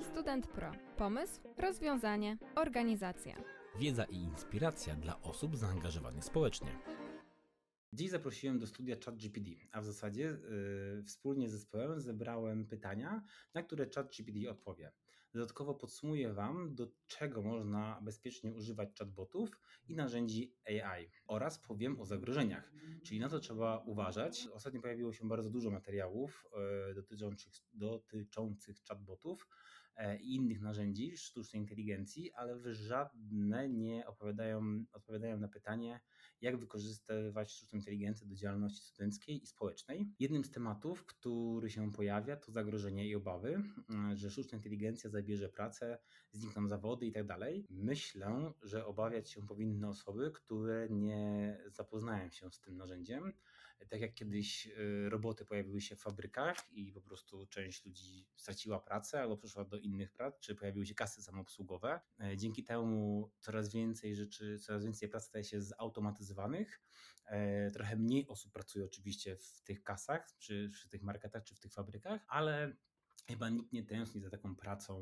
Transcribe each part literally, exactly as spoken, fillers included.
Student Pro. Pomysł, rozwiązanie, organizacja. Wiedza i inspiracja dla osób zaangażowanych społecznie. Dziś zaprosiłem do studia ChatGPT, a w zasadzie yy, wspólnie z zespołem zebrałem pytania, na które ChatGPT odpowie. Dodatkowo podsumuję Wam, do czego można bezpiecznie używać chatbotów i narzędzi A I oraz powiem o zagrożeniach, czyli na co trzeba uważać. Ostatnio pojawiło się bardzo dużo materiałów yy, dotyczących, dotyczących chatbotów yy, i innych narzędzi sztucznej inteligencji, ale żadne nie opowiadają, odpowiadają na pytanie, jak wykorzystywać sztuczną inteligencję do działalności studenckiej i społecznej. Jednym z tematów, który się pojawia, to zagrożenie i obawy, że sztuczna inteligencja zabierze pracę, znikną zawody i tak dalej. Myślę, że obawiać się powinny osoby, które nie zapoznają się z tym narzędziem. Tak jak kiedyś roboty pojawiły się w fabrykach i po prostu część ludzi straciła pracę albo przeszła do innych prac, czy pojawiły się kasy samoobsługowe. Dzięki temu coraz więcej rzeczy, coraz więcej prac staje się zautomatyzowanych. Trochę mniej osób pracuje oczywiście w tych kasach, przy, przy tych marketach czy w tych fabrykach, ale chyba nikt nie tęskni za taką pracą,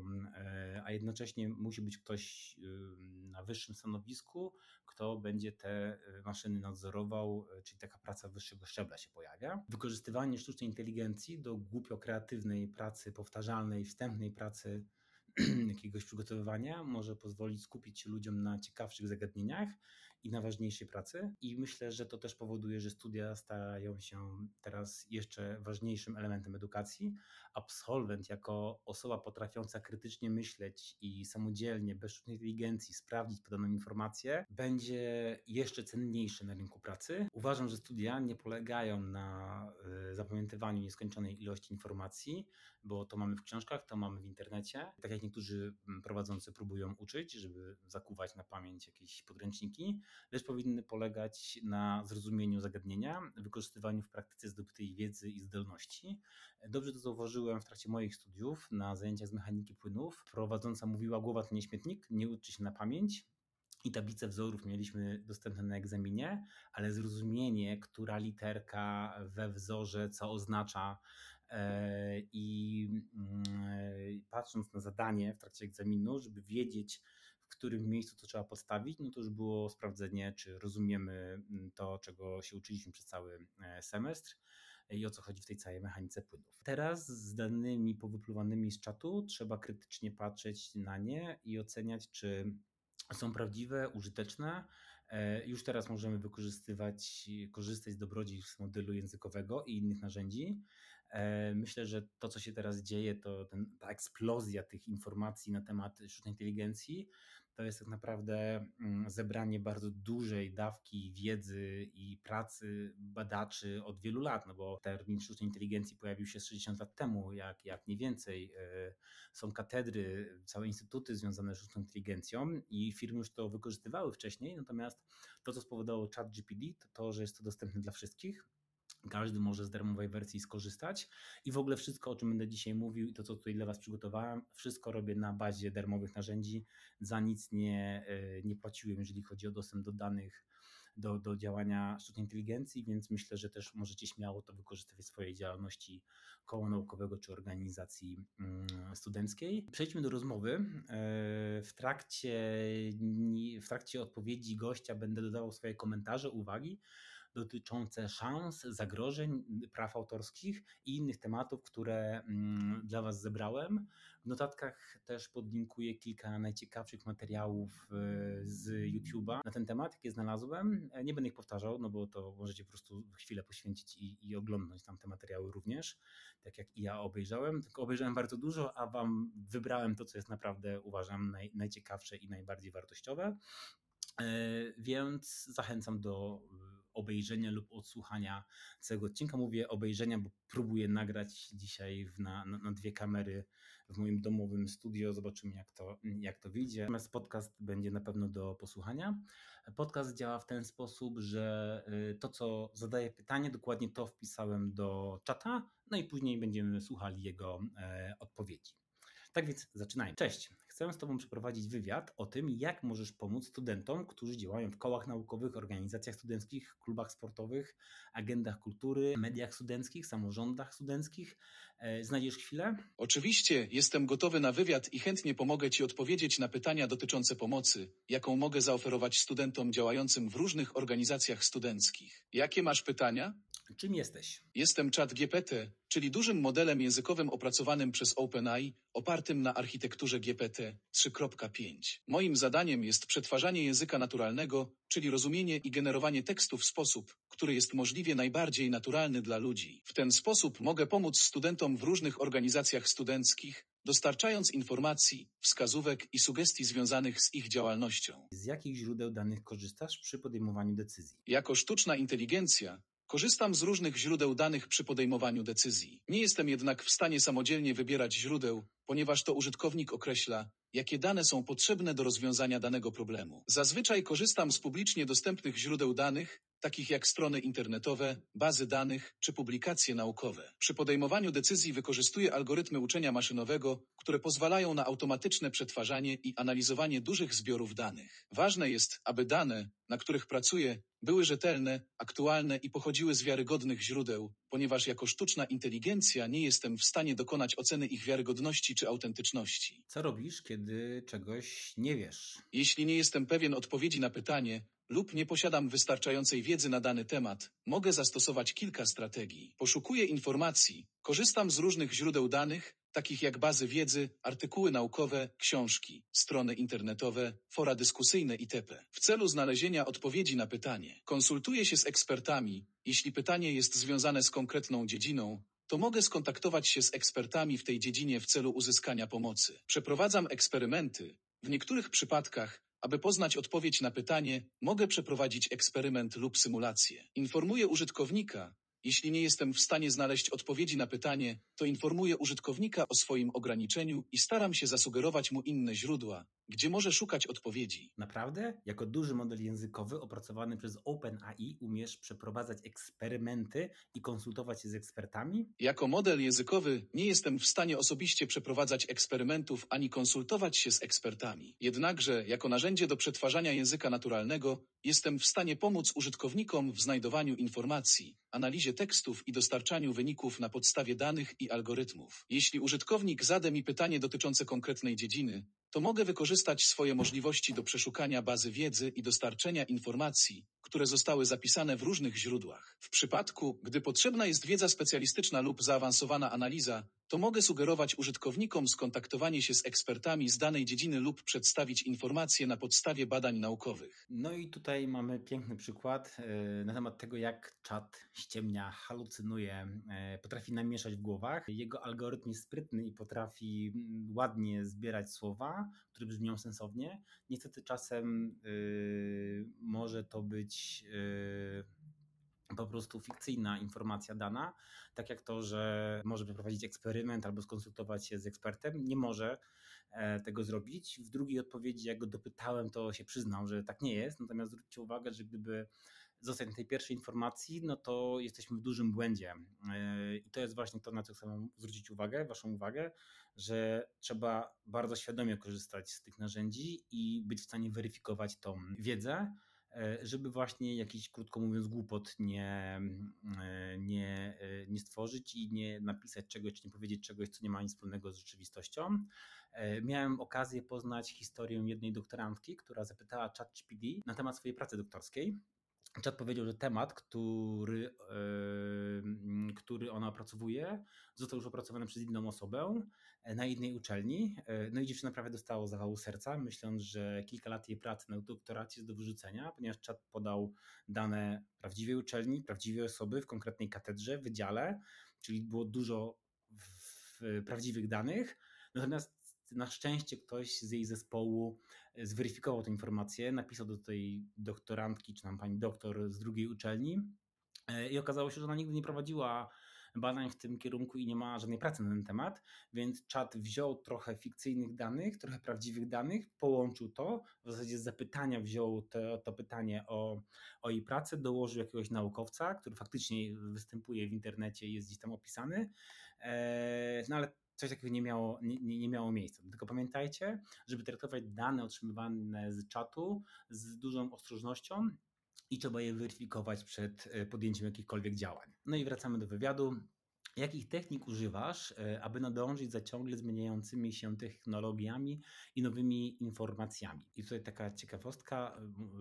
a jednocześnie musi być ktoś na wyższym stanowisku, kto będzie te maszyny nadzorował, czyli taka praca wyższego szczebla się pojawia. Wykorzystywanie sztucznej inteligencji do głupio kreatywnej pracy, powtarzalnej, wstępnej pracy, jakiegoś przygotowywania może pozwolić skupić się ludziom na ciekawszych zagadnieniach i na ważniejszej pracy. I myślę, że to też powoduje, że studia stają się teraz jeszcze ważniejszym elementem edukacji. Absolwent jako osoba potrafiąca krytycznie myśleć i samodzielnie, bez sztucznej inteligencji sprawdzić podaną informację, będzie jeszcze cenniejszy na rynku pracy. Uważam, że studia nie polegają na zapamiętywaniu nieskończonej ilości informacji, bo to mamy w książkach, to mamy w internecie. Tak jak niektórzy prowadzący próbują uczyć, żeby zakuwać na pamięć jakieś podręczniki, lecz powinny polegać na zrozumieniu zagadnienia, wykorzystywaniu w praktyce zdobytej wiedzy i zdolności. Dobrze to zauważyłem w trakcie moich studiów na zajęciach z mechaniki płynów. Prowadząca mówiła: głowa to nie śmietnik, nie uczy się na pamięć. I tablice wzorów mieliśmy dostępne na egzaminie, ale zrozumienie, która literka we wzorze co oznacza, i patrząc na zadanie w trakcie egzaminu, żeby wiedzieć, w którym miejscu to trzeba postawić, no to już było sprawdzenie, czy rozumiemy to, czego się uczyliśmy przez cały semestr i o co chodzi w tej całej mechanice płynów. Teraz z danymi powypluwanymi z czatu trzeba krytycznie patrzeć na nie i oceniać, czy są prawdziwe, użyteczne. Już teraz możemy wykorzystywać, korzystać z dobrodziejstw modelu językowego i innych narzędzi. Myślę, że to, co się teraz dzieje, to ten, ta eksplozja tych informacji na temat sztucznej inteligencji, to jest tak naprawdę zebranie bardzo dużej dawki wiedzy i pracy badaczy od wielu lat, no bo termin sztucznej inteligencji pojawił się sześćdziesiąt lat temu, jak, jak nie więcej. Są katedry, całe instytuty związane z sztuczną inteligencją i firmy już to wykorzystywały wcześniej, natomiast to, co spowodowało ChatGPT, to to, że jest to dostępne dla wszystkich. Każdy może z darmowej wersji skorzystać i w ogóle wszystko, o czym będę dzisiaj mówił i to, co tutaj dla Was przygotowałem, wszystko robię na bazie darmowych narzędzi. Za nic nie, nie płaciłem, jeżeli chodzi o dostęp do danych, do, do działania sztucznej inteligencji, więc myślę, że też możecie śmiało to wykorzystywać w swojej działalności koła naukowego czy organizacji studenckiej. Przejdźmy do rozmowy. W trakcie, w trakcie odpowiedzi gościa będę dodawał swoje komentarze, uwagi dotyczące szans, zagrożeń, praw autorskich i innych tematów, które dla Was zebrałem. W notatkach też podlinkuję kilka najciekawszych materiałów z YouTube'a na ten temat, jakie znalazłem. Nie będę ich powtarzał, no bo to możecie po prostu chwilę poświęcić i, i oglądnąć tam te materiały również, tak jak i ja obejrzałem. Tylko obejrzałem bardzo dużo, a Wam wybrałem to, co jest naprawdę, uważam, naj, najciekawsze i najbardziej wartościowe. Więc zachęcam do obejrzenia lub odsłuchania całego odcinka. Mówię obejrzenia, bo próbuję nagrać dzisiaj na, na, na dwie kamery w moim domowym studio. Zobaczymy, jak to, jak to wyjdzie. Natomiast podcast będzie na pewno do posłuchania. Podcast działa w ten sposób, że to, co zadaję pytanie, dokładnie to wpisałem do czata, no i później będziemy słuchali jego odpowiedzi. Tak więc zaczynajmy. Cześć, Chcę z Tobą przeprowadzić wywiad o tym, jak możesz pomóc studentom, którzy działają w kołach naukowych, organizacjach studenckich, klubach sportowych, agendach kultury, mediach studenckich, samorządach studenckich. E, Znajdziesz chwilę? Oczywiście, jestem gotowy na wywiad i chętnie pomogę Ci odpowiedzieć na pytania dotyczące pomocy, jaką mogę zaoferować studentom działającym w różnych organizacjach studenckich. Jakie masz pytania? Czym jesteś? Jestem ChatGPT, czyli dużym modelem językowym opracowanym przez OpenAI, opartym na architekturze G P T trzy kropka pięć. Moim zadaniem jest przetwarzanie języka naturalnego, czyli rozumienie i generowanie tekstu w sposób, który jest możliwie najbardziej naturalny dla ludzi. W ten sposób mogę pomóc studentom w różnych organizacjach studenckich, dostarczając informacji, wskazówek i sugestii związanych z ich działalnością. Z jakich źródeł danych korzystasz przy podejmowaniu decyzji? Jako sztuczna inteligencja korzystam z różnych źródeł danych przy podejmowaniu decyzji. Nie jestem jednak w stanie samodzielnie wybierać źródeł, ponieważ to użytkownik określa, jakie dane są potrzebne do rozwiązania danego problemu. Zazwyczaj korzystam z publicznie dostępnych źródeł danych, takich jak strony internetowe, bazy danych czy publikacje naukowe. Przy podejmowaniu decyzji wykorzystuję algorytmy uczenia maszynowego, które pozwalają na automatyczne przetwarzanie i analizowanie dużych zbiorów danych. Ważne jest, aby dane, na których pracuję, były rzetelne, aktualne i pochodziły z wiarygodnych źródeł, ponieważ jako sztuczna inteligencja nie jestem w stanie dokonać oceny ich wiarygodności czy autentyczności. Co robisz, kiedy czegoś nie wiesz? Jeśli nie jestem pewien odpowiedzi na pytanie lub nie posiadam wystarczającej wiedzy na dany temat, mogę zastosować kilka strategii. Poszukuję informacji, korzystam z różnych źródeł danych, takich jak bazy wiedzy, artykuły naukowe, książki, strony internetowe, fora dyskusyjne itp. W celu znalezienia odpowiedzi na pytanie, konsultuję się z ekspertami. Jeśli pytanie jest związane z konkretną dziedziną, to mogę skontaktować się z ekspertami w tej dziedzinie w celu uzyskania pomocy. Przeprowadzam eksperymenty. W niektórych przypadkach, aby poznać odpowiedź na pytanie, mogę przeprowadzić eksperyment lub symulację. Informuję użytkownika. Jeśli nie jestem w stanie znaleźć odpowiedzi na pytanie, to informuję użytkownika o swoim ograniczeniu i staram się zasugerować mu inne źródła, gdzie może szukać odpowiedzi. Naprawdę? Jako duży model językowy opracowany przez OpenAI umiesz przeprowadzać eksperymenty i konsultować się z ekspertami? Jako model językowy nie jestem w stanie osobiście przeprowadzać eksperymentów ani konsultować się z ekspertami. Jednakże, jako narzędzie do przetwarzania języka naturalnego, jestem w stanie pomóc użytkownikom w znajdowaniu informacji, analizie tekstów i dostarczaniu wyników na podstawie danych i algorytmów. Jeśli użytkownik zada mi pytanie dotyczące konkretnej dziedziny, to mogę wykorzystać swoje możliwości do przeszukania bazy wiedzy i dostarczenia informacji, które zostały zapisane w różnych źródłach. W przypadku, gdy potrzebna jest wiedza specjalistyczna lub zaawansowana analiza, to mogę sugerować użytkownikom skontaktowanie się z ekspertami z danej dziedziny lub przedstawić informacje na podstawie badań naukowych. No i tutaj mamy piękny przykład e, na temat tego, jak czat ściemnia, halucynuje, e, potrafi namieszać w głowach. Jego algorytm jest sprytny i potrafi mm, ładnie zbierać słowa, które brzmią sensownie. Niestety czasem y, może to być y, po prostu fikcyjna informacja dana, tak jak to, że może przeprowadzić eksperyment albo skonsultować się z ekspertem, nie może e, tego zrobić. W drugiej odpowiedzi, jak go dopytałem, to się przyznał, że tak nie jest, natomiast zwróćcie uwagę, że gdyby zostać na tej pierwszej informacji, no to jesteśmy w dużym błędzie. E, I to jest właśnie to, na co chcę zwrócić uwagę, waszą uwagę, że trzeba bardzo świadomie korzystać z tych narzędzi i być w stanie weryfikować tą wiedzę, żeby właśnie jakiś, krótko mówiąc, głupot nie, nie, nie stworzyć i nie napisać czegoś, czy nie powiedzieć czegoś, co nie ma nic wspólnego z rzeczywistością. Miałem okazję poznać historię jednej doktorantki, która zapytała ChatGPT na temat swojej pracy doktorskiej. Czat powiedział, że temat, który, yy, który ona opracowuje, został już opracowany przez inną osobę na innej uczelni. No i dziewczyna prawie dostała zawału serca, myśląc, że kilka lat jej pracy na doktoracie jest do wyrzucenia, ponieważ czat podał dane prawdziwej uczelni, prawdziwej osoby w konkretnej katedrze, wydziale, czyli było dużo w prawdziwych danych. Natomiast na szczęście ktoś z jej zespołu zweryfikował tę informację, napisał do tej doktorantki, czy tam pani doktor z drugiej uczelni i okazało się, że ona nigdy nie prowadziła badań w tym kierunku i nie ma żadnej pracy na ten temat, więc czat wziął trochę fikcyjnych danych, trochę prawdziwych danych, połączył to, w zasadzie z zapytania wziął to, to pytanie o, o jej pracę, dołożył jakiegoś naukowca, który faktycznie występuje w internecie i jest gdzieś tam opisany, no ale coś takiego nie miało, nie, nie miało miejsca. Tylko pamiętajcie, żeby traktować dane otrzymywane z czatu z dużą ostrożnością i trzeba je weryfikować przed podjęciem jakichkolwiek działań. No i wracamy do wywiadu. Jakich technik używasz, aby nadążyć za ciągle zmieniającymi się technologiami i nowymi informacjami? I tutaj taka ciekawostka.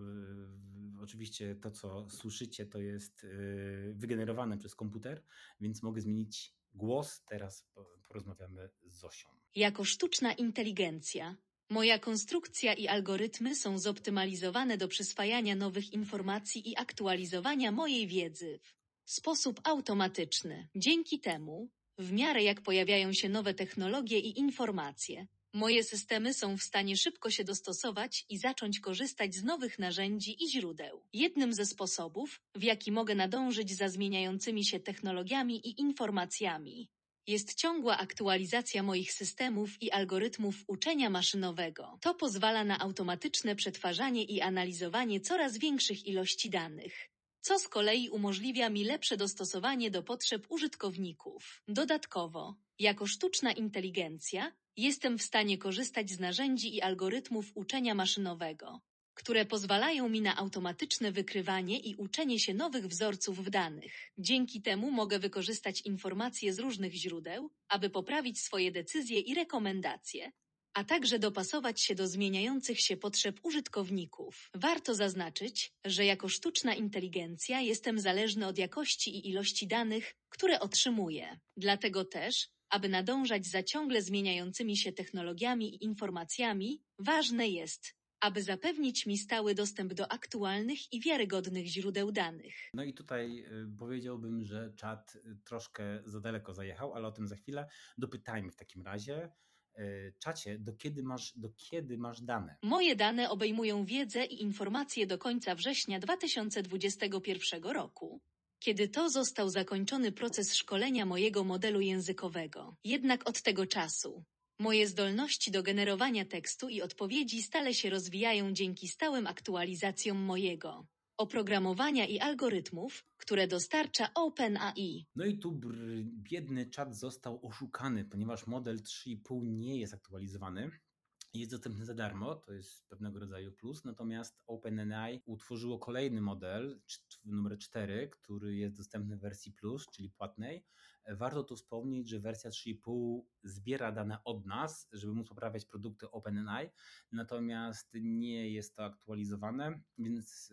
Oczywiście to, co słyszycie, to jest wygenerowane przez komputer, więc mogę zmienić głos. Teraz porozmawiamy z Zosią. Jako sztuczna inteligencja, moja konstrukcja i algorytmy są zoptymalizowane do przyswajania nowych informacji i aktualizowania mojej wiedzy w sposób automatyczny. Dzięki temu, w miarę jak pojawiają się nowe technologie i informacje, moje systemy są w stanie szybko się dostosować i zacząć korzystać z nowych narzędzi i źródeł. Jednym ze sposobów, w jaki mogę nadążyć za zmieniającymi się technologiami i informacjami, jest ciągła aktualizacja moich systemów i algorytmów uczenia maszynowego. To pozwala na automatyczne przetwarzanie i analizowanie coraz większych ilości danych, co z kolei umożliwia mi lepsze dostosowanie do potrzeb użytkowników. Dodatkowo, jako sztuczna inteligencja, jestem w stanie korzystać z narzędzi i algorytmów uczenia maszynowego, które pozwalają mi na automatyczne wykrywanie i uczenie się nowych wzorców w danych. Dzięki temu mogę wykorzystać informacje z różnych źródeł, aby poprawić swoje decyzje i rekomendacje, a także dopasować się do zmieniających się potrzeb użytkowników. Warto zaznaczyć, że jako sztuczna inteligencja jestem zależny od jakości i ilości danych, które otrzymuję. Dlatego też, aby nadążać za ciągle zmieniającymi się technologiami i informacjami, ważne jest, aby zapewnić mi stały dostęp do aktualnych i wiarygodnych źródeł danych. No i tutaj powiedziałbym, że czat troszkę za daleko zajechał, ale o tym za chwilę. Dopytajmy w takim razie, czacie, do kiedy masz, do kiedy masz dane? Moje dane obejmują wiedzę i informacje do końca września dwa tysiące dwudziestego pierwszego roku, kiedy to został zakończony proces szkolenia mojego modelu językowego. Jednak od tego czasu moje zdolności do generowania tekstu i odpowiedzi stale się rozwijają dzięki stałym aktualizacjom mojego oprogramowania i algorytmów, które dostarcza OpenAI. No i tu brr, biedny czat został oszukany, ponieważ model trzy i pół nie jest aktualizowany. Jest dostępny za darmo, to jest pewnego rodzaju plus, natomiast OpenAI utworzyło kolejny model, numer cztery, który jest dostępny w wersji plus, czyli płatnej. Warto tu wspomnieć, że wersja trzy i pół zbiera dane od nas, żeby móc poprawiać produkty OpenAI, natomiast nie jest to aktualizowane, więc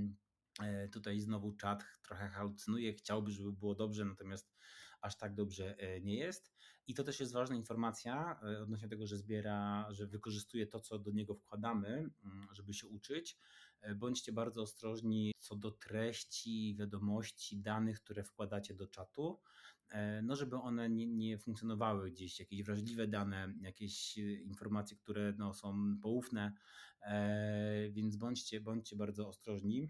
tutaj znowu czat trochę halucynuje, chciałby, żeby było dobrze, natomiast aż tak dobrze nie jest. I to też jest ważna informacja odnośnie tego, że zbiera, że wykorzystuje to, co do niego wkładamy, żeby się uczyć. Bądźcie bardzo ostrożni co do treści, wiadomości, danych, które wkładacie do czatu, no żeby one nie, nie funkcjonowały gdzieś, jakieś wrażliwe dane, jakieś informacje, które no, są poufne, więc bądźcie, bądźcie bardzo ostrożni,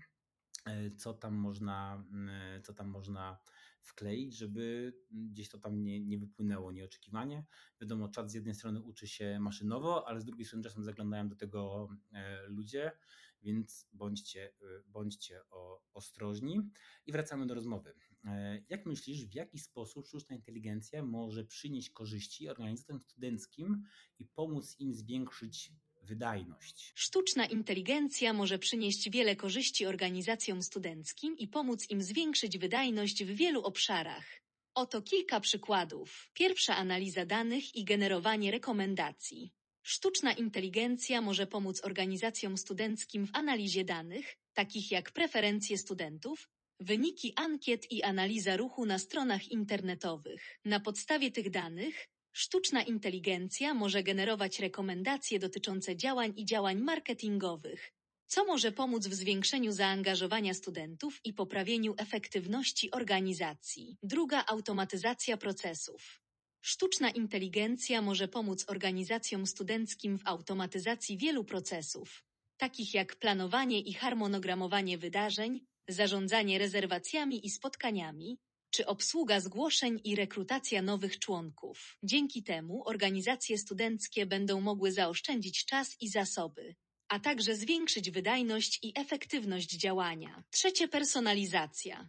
co tam można, co tam można wkleić, żeby gdzieś to tam nie, nie wypłynęło nieoczekiwanie. Wiadomo, czat z jednej strony uczy się maszynowo, ale z drugiej strony czasem zaglądają do tego ludzie, więc bądźcie, bądźcie ostrożni. I wracamy do rozmowy. Jak myślisz, w jaki sposób sztuczna inteligencja może przynieść korzyści organizacjom studenckim i pomóc im zwiększyć wydajność? Sztuczna inteligencja może przynieść wiele korzyści organizacjom studenckim i pomóc im zwiększyć wydajność w wielu obszarach. Oto kilka przykładów. Pierwsza, analiza danych i generowanie rekomendacji. Sztuczna inteligencja może pomóc organizacjom studenckim w analizie danych, takich jak preferencje studentów, wyniki ankiet i analiza ruchu na stronach internetowych. Na podstawie tych danych sztuczna inteligencja może generować rekomendacje dotyczące działań i działań marketingowych, co może pomóc w zwiększeniu zaangażowania studentów i poprawieniu efektywności organizacji. Druga, automatyzacja procesów. Sztuczna inteligencja może pomóc organizacjom studenckim w automatyzacji wielu procesów, takich jak planowanie i harmonogramowanie wydarzeń, zarządzanie rezerwacjami i spotkaniami, czy obsługa zgłoszeń i rekrutacja nowych członków. Dzięki temu organizacje studenckie będą mogły zaoszczędzić czas i zasoby, a także zwiększyć wydajność i efektywność działania. Trzecie, personalizacja.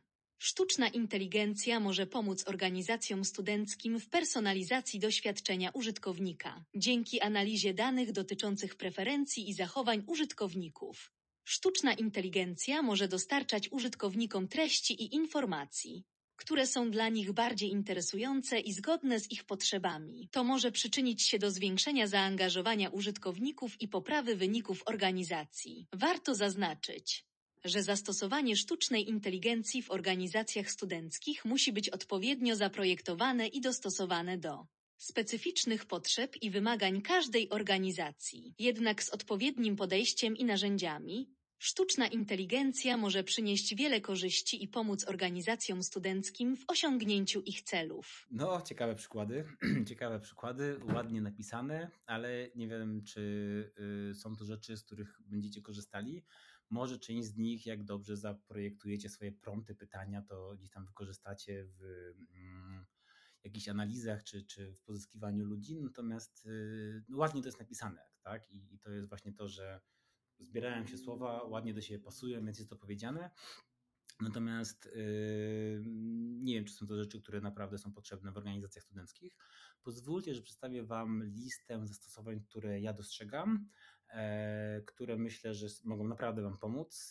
Sztuczna inteligencja może pomóc organizacjom studenckim w personalizacji doświadczenia użytkownika, dzięki analizie danych dotyczących preferencji i zachowań użytkowników. Sztuczna inteligencja może dostarczać użytkownikom treści i informacji, które są dla nich bardziej interesujące i zgodne z ich potrzebami. To może przyczynić się do zwiększenia zaangażowania użytkowników i poprawy wyników organizacji. Warto zaznaczyć, że zastosowanie sztucznej inteligencji w organizacjach studenckich musi być odpowiednio zaprojektowane i dostosowane do specyficznych potrzeb i wymagań każdej organizacji. Jednak z odpowiednim podejściem i narzędziami, sztuczna inteligencja może przynieść wiele korzyści i pomóc organizacjom studenckim w osiągnięciu ich celów. No, ciekawe przykłady, ciekawe przykłady, ładnie napisane, ale nie wiem, czy y, są to rzeczy, z których będziecie korzystali. Może część z nich, jak dobrze zaprojektujecie swoje prompty, pytania, to gdzieś tam wykorzystacie w mm, jakichś analizach czy, czy w pozyskiwaniu ludzi, natomiast y, no, ładnie to jest napisane, tak? I, I to jest właśnie to, że zbierają się słowa, ładnie do siebie pasują, więc jest to powiedziane. Natomiast yy, nie wiem, czy są to rzeczy, które naprawdę są potrzebne w organizacjach studenckich. Pozwólcie, że przedstawię Wam listę zastosowań, które ja dostrzegam, e, które myślę, że mogą naprawdę Wam pomóc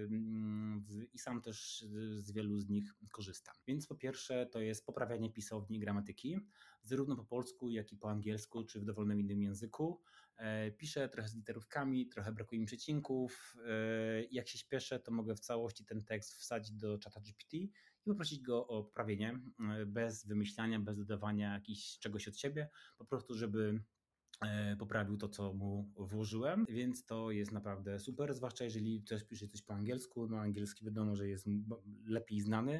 yy, i sam też z wielu z nich korzystam. Więc po pierwsze to jest poprawianie pisowni i gramatyki, zarówno po polsku, jak i po angielsku, czy w dowolnym innym języku. Piszę trochę z literówkami, trochę brakuje mi przecinków. Jak się śpieszę, to mogę w całości ten tekst wsadzić do czata G P T i poprosić go o poprawienie, bez wymyślania, bez dodawania jakiś czegoś od siebie, po prostu żeby poprawił to, co mu włożyłem, więc to jest naprawdę super, zwłaszcza jeżeli też pisze coś po angielsku. No angielski wiadomo, że jest lepiej znany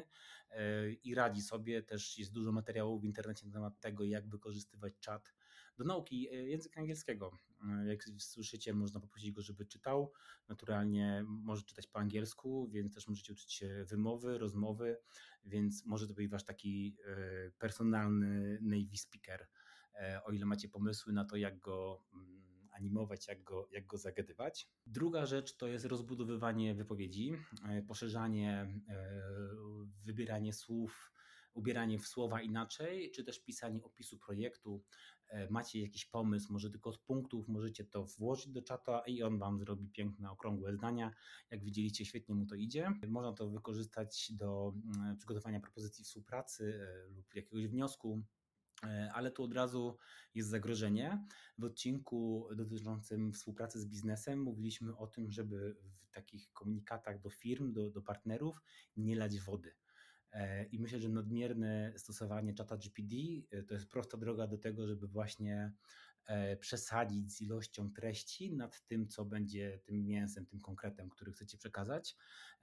i radzi sobie, też jest dużo materiałów w internecie na temat tego, jak wykorzystywać czat do nauki języka angielskiego. Jak słyszycie, można poprosić go, żeby czytał. Naturalnie może czytać po angielsku, więc też możecie uczyć się wymowy, rozmowy, więc może to być wasz taki personalny native speaker, o ile macie pomysły na to, jak go animować, jak go, jak go zagadywać. Druga rzecz to jest rozbudowywanie wypowiedzi, poszerzanie, wybieranie słów, ubieranie w słowa inaczej, czy też pisanie opisu projektu. Macie jakiś pomysł, może tylko od punktów, możecie to włożyć do czata i on Wam zrobi piękne, okrągłe zdania. Jak widzieliście, świetnie mu to idzie. Można to wykorzystać do przygotowania propozycji współpracy lub jakiegoś wniosku, ale tu od razu jest zagrożenie. W odcinku dotyczącym współpracy z biznesem mówiliśmy o tym, żeby w takich komunikatach do firm, do, do partnerów nie lać wody. I myślę, że nadmierne stosowanie czata G P T to jest prosta droga do tego, żeby właśnie przesadzić z ilością treści nad tym, co będzie tym mięsem, tym konkretem, który chcecie przekazać.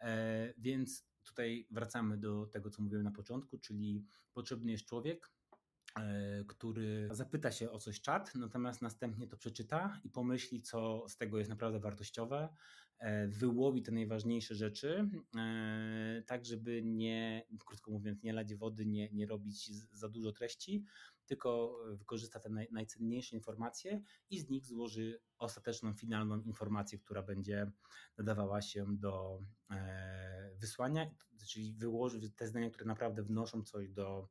Więc tutaj wracamy do tego, co mówiłem na początku, czyli potrzebny jest człowiek, który zapyta się o coś czat, natomiast następnie to przeczyta i pomyśli, co z tego jest naprawdę wartościowe, wyłowi te najważniejsze rzeczy, tak żeby nie, krótko mówiąc, nie lać wody, nie, nie robić za dużo treści, tylko wykorzysta te naj, najcenniejsze informacje i z nich złoży ostateczną, finalną informację, która będzie nadawała się do wysłania, czyli wyłoży te zdania, które naprawdę wnoszą coś do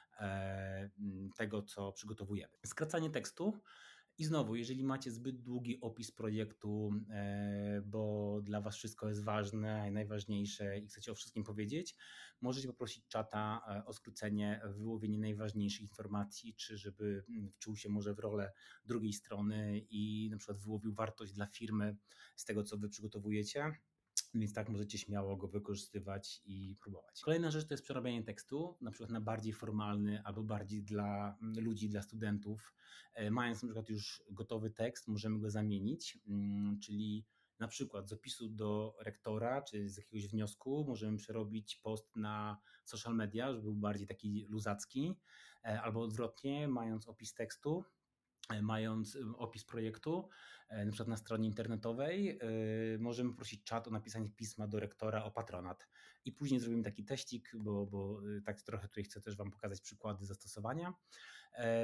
tego, co przygotowujemy. Skracanie tekstu. I znowu, jeżeli macie zbyt długi opis projektu, bo dla Was wszystko jest ważne i najważniejsze i chcecie o wszystkim powiedzieć, możecie poprosić czata o skrócenie, wyłowienie najważniejszych informacji, czy żeby wczuł się może w rolę drugiej strony i na przykład wyłowił wartość dla firmy z tego, co Wy przygotowujecie. Więc tak możecie śmiało go wykorzystywać i próbować. Kolejna rzecz to jest przerabianie tekstu, na przykład na bardziej formalny albo bardziej dla ludzi, dla studentów. Mając na przykład już gotowy tekst, możemy go zamienić, czyli na przykład z opisu do rektora, czy z jakiegoś wniosku możemy przerobić post na social media, żeby był bardziej taki luzacki, albo odwrotnie, mając opis tekstu, mając opis projektu, na przykład na stronie internetowej, możemy prosić czat o napisanie pisma do rektora o patronat. I później zrobimy taki teścik, bo, bo tak trochę tutaj chcę też Wam pokazać przykłady zastosowania.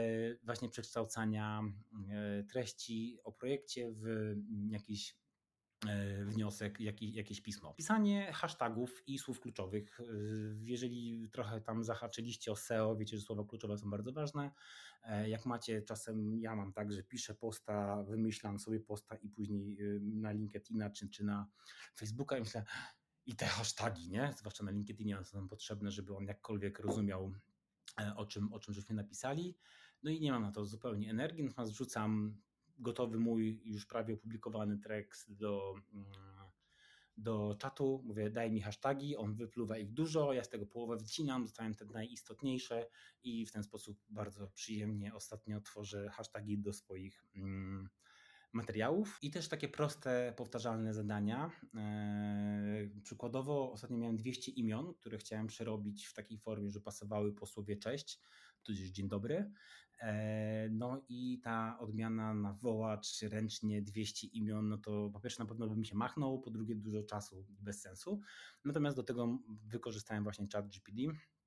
Właśnie przekształcania treści o projekcie w jakiś wniosek, jakiś, jakieś pismo. Pisanie hashtagów i słów kluczowych. Jeżeli trochę tam zahaczyliście o S E O, wiecie, że słowa kluczowe są bardzo ważne. Jak macie czasem, ja mam tak, że piszę posta, wymyślam sobie posta i później na LinkedIna czy, czy na Facebooka i myślę, i te hasztagi, nie? Zwłaszcza na LinkedInie są potrzebne, żeby on jakkolwiek rozumiał, o czym, o czym żeśmy napisali. No i nie mam na to zupełnie energii, natomiast wrzucam gotowy mój już prawie opublikowany tekst do, do czatu, mówię daj mi hasztagi, on wypluwa ich dużo, ja z tego połowę wycinam, zostawiam te najistotniejsze i w ten sposób bardzo przyjemnie ostatnio tworzę hasztagi do swoich mm, materiałów i też takie proste, powtarzalne zadania. Eee, przykładowo ostatnio miałem dwieście imion, które chciałem przerobić w takiej formie, że pasowały po słowie cześć, tudzież dzień dobry. Eee, no i ta odmiana na wołacz ręcznie dwieście imion, no to po pierwsze na pewno by mi się machnął, po drugie dużo czasu bez sensu. Natomiast do tego wykorzystałem właśnie ChatGPT.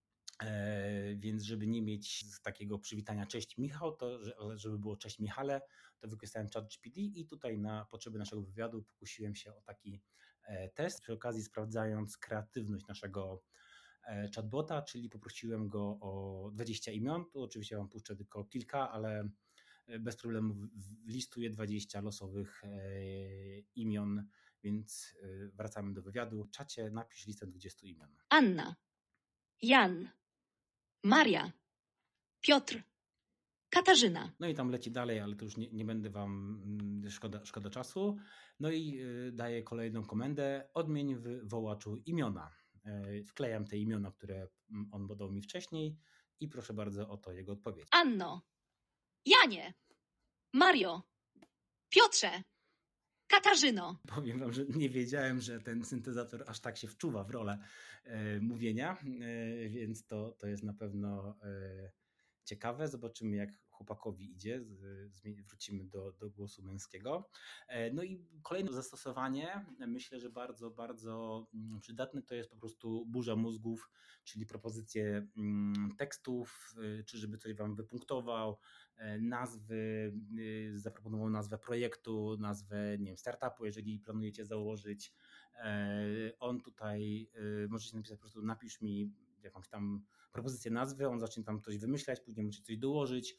E, więc żeby nie mieć takiego przywitania cześć Michał, to żeby było cześć Michale, to wykorzystałem ChatGPT i tutaj na potrzeby naszego wywiadu pokusiłem się o taki test, przy okazji sprawdzając kreatywność naszego chatbota, czyli poprosiłem go o dwadzieścia imion, tu oczywiście wam puszczę tylko kilka, ale bez problemu listuję dwadzieścia losowych imion, więc wracamy do wywiadu. W czacie napisz listę dwudziestu imion. Anna, Jan, Maria, Piotr, Katarzyna. No i tam leci dalej, ale to już nie, nie będę wam, szkoda, szkoda czasu. No i y, daję kolejną komendę, odmień w wołaczu imiona. Y, wklejam te imiona, które on podał mi wcześniej i proszę bardzo o to jego odpowiedź. Anno, Janie, Mario, Piotrze, Katarzyno. Powiem wam, że nie wiedziałem, że ten syntezator aż tak się wczuwa w rolę y, mówienia, y, więc to, to jest na pewno y, ciekawe. Zobaczymy, jak chłopakowi idzie. Wrócimy do, do głosu męskiego. No i kolejne zastosowanie, myślę, że bardzo, bardzo przydatne, to jest po prostu burza mózgów, czyli propozycje tekstów, czy żeby coś wam wypunktował, nazwy, zaproponował nazwę projektu, nazwę, nie wiem, startupu, jeżeli planujecie założyć. On tutaj, możecie napisać po prostu, napisz mi jakąś tam propozycję nazwy, on zacznie tam coś wymyślać, później musicie coś dołożyć.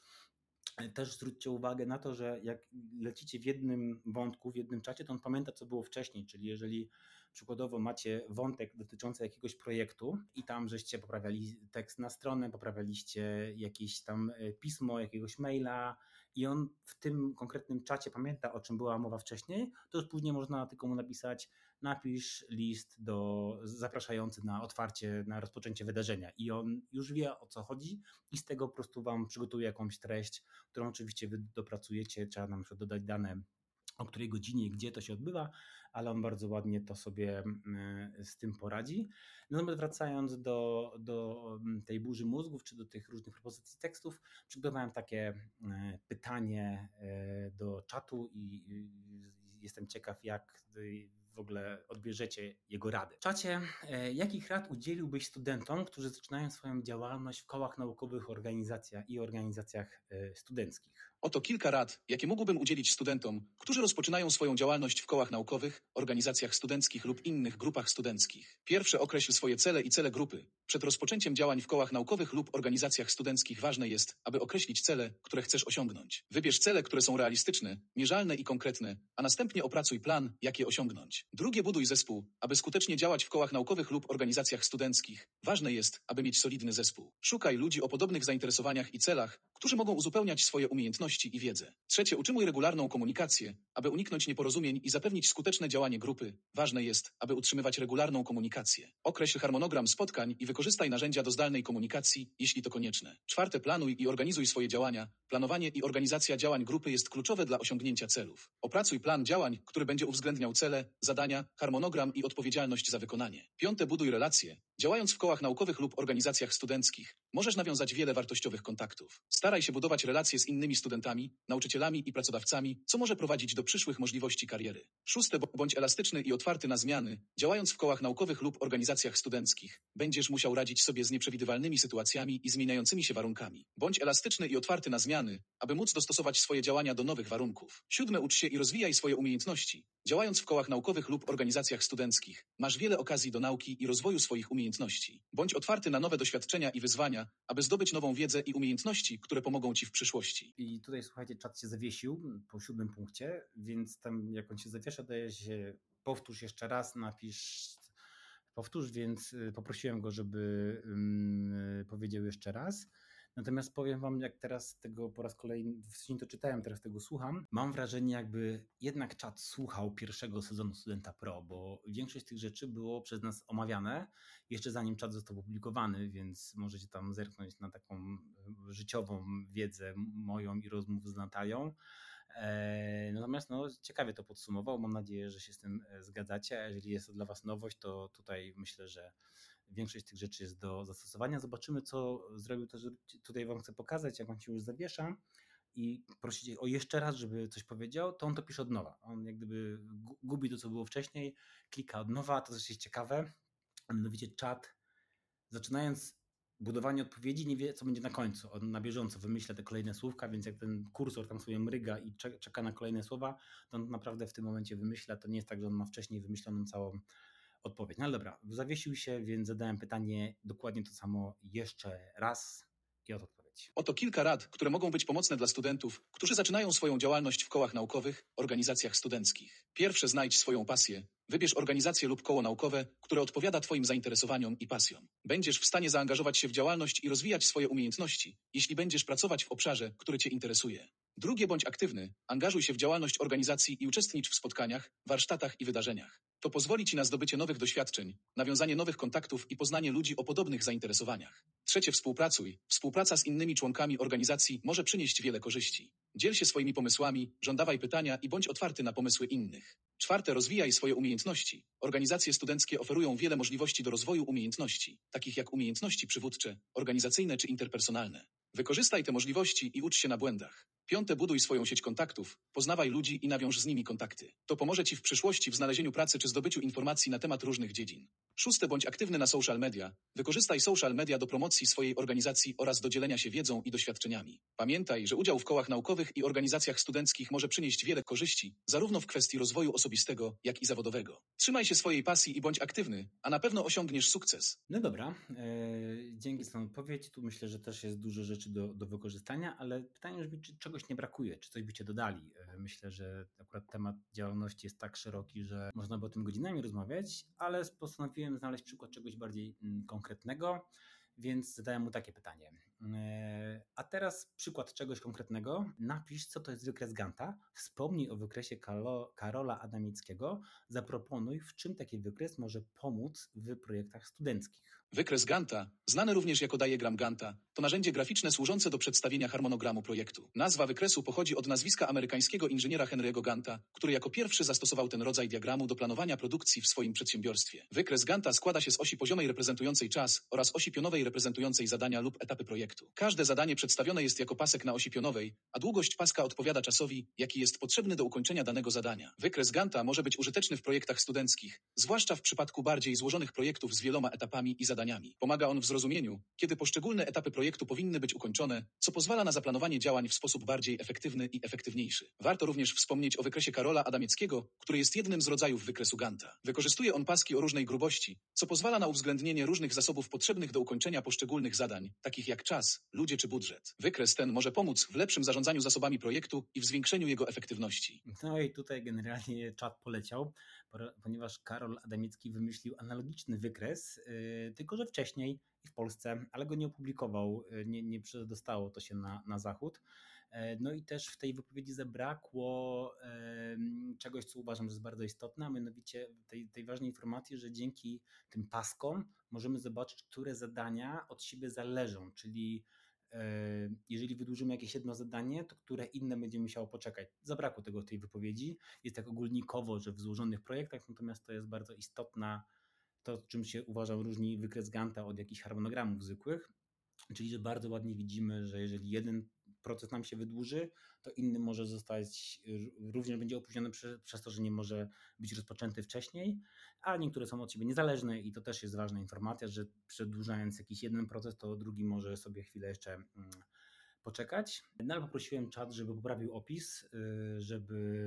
Też zwróćcie uwagę na to, że jak lecicie w jednym wątku, w jednym czacie, to on pamięta, co było wcześniej, czyli jeżeli przykładowo macie wątek dotyczący jakiegoś projektu i tam żeście poprawiali tekst na stronę, poprawialiście jakieś tam pismo, jakiegoś maila i on w tym konkretnym czacie pamięta, o czym była mowa wcześniej, to już później można tylko mu napisać, napisz list do, zapraszający na otwarcie, na rozpoczęcie wydarzenia i on już wie, o co chodzi i z tego po prostu wam przygotuje jakąś treść, którą oczywiście wy dopracujecie, trzeba nam jeszcze dodać dane, o której godzinie i gdzie to się odbywa, ale on bardzo ładnie to sobie z tym poradzi. Natomiast wracając do, do tej burzy mózgów, czy do tych różnych propozycji tekstów, przygotowałem takie pytanie do czatu i jestem ciekaw, jak w ogóle odbierzecie jego rady. W czacie, jakich rad udzieliłbyś studentom, którzy zaczynają swoją działalność w kołach naukowych, organizacjach i organizacjach studenckich? Oto kilka rad, jakie mógłbym udzielić studentom, którzy rozpoczynają swoją działalność w kołach naukowych, organizacjach studenckich lub innych grupach studenckich. Pierwsze, określ swoje cele i cele grupy. Przed rozpoczęciem działań w kołach naukowych lub organizacjach studenckich ważne jest, aby określić cele, które chcesz osiągnąć. Wybierz cele, które są realistyczne, mierzalne i konkretne, a następnie opracuj plan, jak je osiągnąć. Drugie, buduj zespół. Aby skutecznie działać w kołach naukowych lub organizacjach studenckich, ważne jest, aby mieć solidny zespół. Szukaj ludzi o podobnych zainteresowaniach i celach, którzy mogą uzupełniać swoje umiejętności i wiedzę. Trzecie, utrzymuj regularną komunikację. Aby uniknąć nieporozumień i zapewnić skuteczne działanie grupy, ważne jest, aby utrzymywać regularną komunikację. Określ harmonogram spotkań i wykorzystaj narzędzia do zdalnej komunikacji, jeśli to konieczne. Czwarte, planuj i organizuj swoje działania. Planowanie i organizacja działań grupy jest kluczowe dla osiągnięcia celów. Opracuj plan działań, który będzie uwzględniał cele, zadania, harmonogram i odpowiedzialność za wykonanie. Piąte, buduj relacje. Działając w kołach naukowych lub organizacjach studenckich, możesz nawiązać wiele wartościowych kontaktów. Staraj się budować relacje z innymi studentami, nauczycielami i pracodawcami, co może prowadzić do przyszłych możliwości kariery. Szóste, bądź elastyczny i otwarty na zmiany. Działając w kołach naukowych lub organizacjach studenckich, będziesz musiał radzić sobie z nieprzewidywalnymi sytuacjami i zmieniającymi się warunkami. Bądź elastyczny i otwarty na zmiany, aby móc dostosować swoje działania do nowych warunków. Siódme, ucz się i rozwijaj swoje umiejętności. Działając w kołach naukowych lub organizacjach studenckich, masz wiele okazji do nauki i rozwoju swoich umiejętności. Bądź otwarty na nowe doświadczenia i wyzwania, aby zdobyć nową wiedzę i umiejętności, które pomogą ci w przyszłości. I tutaj, słuchajcie, czat się zawiesił po siódmym punkcie, więc tam jak on się zawiesza, daje się powtórz jeszcze raz, napisz powtórz, więc y, poprosiłem go, żeby ym, powiedział jeszcze raz. Natomiast powiem wam, jak teraz tego po raz kolejny, wcześniej to czytałem, teraz tego słucham, mam wrażenie, jakby jednak czat słuchał pierwszego sezonu Studenta Pro, bo większość tych rzeczy było przez nas omawiane jeszcze zanim czat został opublikowany, więc możecie tam zerknąć na taką życiową wiedzę moją i rozmów z Natalią. Natomiast no, ciekawie to podsumował, mam nadzieję, że się z tym zgadzacie, a jeżeli jest to dla was nowość, to tutaj myślę, że większość tych rzeczy jest do zastosowania. Zobaczymy, co zrobił też, tutaj wam chcę pokazać, jak on się już zawiesza i prosić o jeszcze raz, żeby coś powiedział, to on to pisze od nowa. On jak gdyby gubi to, co było wcześniej, klika od nowa, to coś jest ciekawe, a mianowicie czat, zaczynając budowanie odpowiedzi, nie wie, co będzie na końcu. On na bieżąco wymyśla te kolejne słówka, więc jak ten kursor tam sobie mryga i czeka na kolejne słowa, to on naprawdę w tym momencie wymyśla. To nie jest tak, że on ma wcześniej wymyśloną całą odpowiedź. No ale dobra, zawiesił się, więc zadałem pytanie dokładnie to samo jeszcze raz i oto odpowiedź. Oto kilka rad, które mogą być pomocne dla studentów, którzy zaczynają swoją działalność w kołach naukowych, organizacjach studenckich. Pierwsze, znajdź swoją pasję. Wybierz organizację lub koło naukowe, które odpowiada twoim zainteresowaniom i pasjom. Będziesz w stanie zaangażować się w działalność i rozwijać swoje umiejętności, jeśli będziesz pracować w obszarze, który cię interesuje. Drugie, bądź aktywny, angażuj się w działalność organizacji i uczestnicz w spotkaniach, warsztatach i wydarzeniach. To pozwoli ci na zdobycie nowych doświadczeń, nawiązanie nowych kontaktów i poznanie ludzi o podobnych zainteresowaniach. Trzecie, współpracuj. Współpraca z innymi członkami organizacji może przynieść wiele korzyści. Dziel się swoimi pomysłami, żądawaj pytania i bądź otwarty na pomysły innych. Czwarte, rozwijaj swoje umiejętności. Organizacje studenckie oferują wiele możliwości do rozwoju umiejętności, takich jak umiejętności przywódcze, organizacyjne czy interpersonalne. Wykorzystaj te możliwości i ucz się na błędach. Piąte, buduj swoją sieć kontaktów, poznawaj ludzi i nawiąż z nimi kontakty. To pomoże ci w przyszłości w znalezieniu pracy czy zdobyciu informacji na temat różnych dziedzin. Szóste, bądź aktywny na social media. Wykorzystaj social media do promocji swojej organizacji oraz do dzielenia się wiedzą i doświadczeniami. Pamiętaj, że udział w kołach naukowych i organizacjach studenckich może przynieść wiele korzyści, zarówno w kwestii rozwoju osobistego, jak i zawodowego. Trzymaj się swojej pasji i bądź aktywny, a na pewno osiągniesz sukces. No dobra, yy, dzięki za tę odpowiedź. Tu myślę, że też jest dużo rzeczy do, do wykorzystania, ale pytanie brzmi, czy czegoś nie brakuje, czy coś byście dodali. Yy, myślę, że akurat temat działalności jest tak szeroki, że można by o tym godzinami rozmawiać, ale postanowiłem znaleźć przykład czegoś bardziej mm, konkretnego, więc zadałem mu takie pytanie. Yy, a teraz przykład czegoś konkretnego. Napisz, co to jest wykres Ganta, wspomnij o wykresie Kalo, Karola Adamickiego, zaproponuj, w czym taki wykres może pomóc w projektach studenckich. Wykres Ganta, znany również jako diagram Ganta, to narzędzie graficzne służące do przedstawienia harmonogramu projektu. Nazwa wykresu pochodzi od nazwiska amerykańskiego inżyniera Henry'ego Ganta, który jako pierwszy zastosował ten rodzaj diagramu do planowania produkcji w swoim przedsiębiorstwie. Wykres Ganta składa się z osi poziomej reprezentującej czas oraz osi pionowej reprezentującej zadania lub etapy projektu. Każde zadanie przedstawione jest jako pasek na osi pionowej, a długość paska odpowiada czasowi, jaki jest potrzebny do ukończenia danego zadania. Wykres Ganta może być użyteczny w projektach studenckich, zwłaszcza w przypadku bardziej złożonych projektów z wieloma etapami i zadaniami. Pomaga on w zrozumieniu, kiedy poszczególne etapy projektu powinny być ukończone, co pozwala na zaplanowanie działań w sposób bardziej efektywny i efektywniejszy. Warto również wspomnieć o wykresie Karola Adamickiego, który jest jednym z rodzajów wykresu Ganta. Wykorzystuje on paski o różnej grubości, co pozwala na uwzględnienie różnych zasobów potrzebnych do ukończenia poszczególnych zadań, takich jak czas, ludzie czy budżet. Wykres ten może pomóc w lepszym zarządzaniu zasobami projektu i w zwiększeniu jego efektywności. No i tutaj generalnie czat poleciał, ponieważ Karol Adamicki wymyślił analogiczny wykres, yy, tylko że wcześniej i w Polsce, ale go nie opublikował, yy, nie, nie przedostało to się na, na zachód. Yy, no i też w tej wypowiedzi zabrakło yy, czegoś, co uważam, że jest bardzo istotne, a mianowicie tej, tej ważnej informacji, że dzięki tym paskom możemy zobaczyć, które zadania od siebie zależą, czyli jeżeli wydłużymy jakieś jedno zadanie, to które inne będzie musiało poczekać. Zabrakło tego w tej wypowiedzi. Jest tak ogólnikowo, że w złożonych projektach, natomiast to jest bardzo istotna, to czym się uważam różni wykres Ganta od jakichś harmonogramów zwykłych, czyli że bardzo ładnie widzimy, że jeżeli jeden proces nam się wydłuży, to inny może zostać, również będzie opóźniony przez, przez to, że nie może być rozpoczęty wcześniej, a niektóre są od siebie niezależne i to też jest ważna informacja, że przedłużając jakiś jeden proces, to drugi może sobie chwilę jeszcze poczekać. No ale poprosiłem czat, żeby poprawił opis, żeby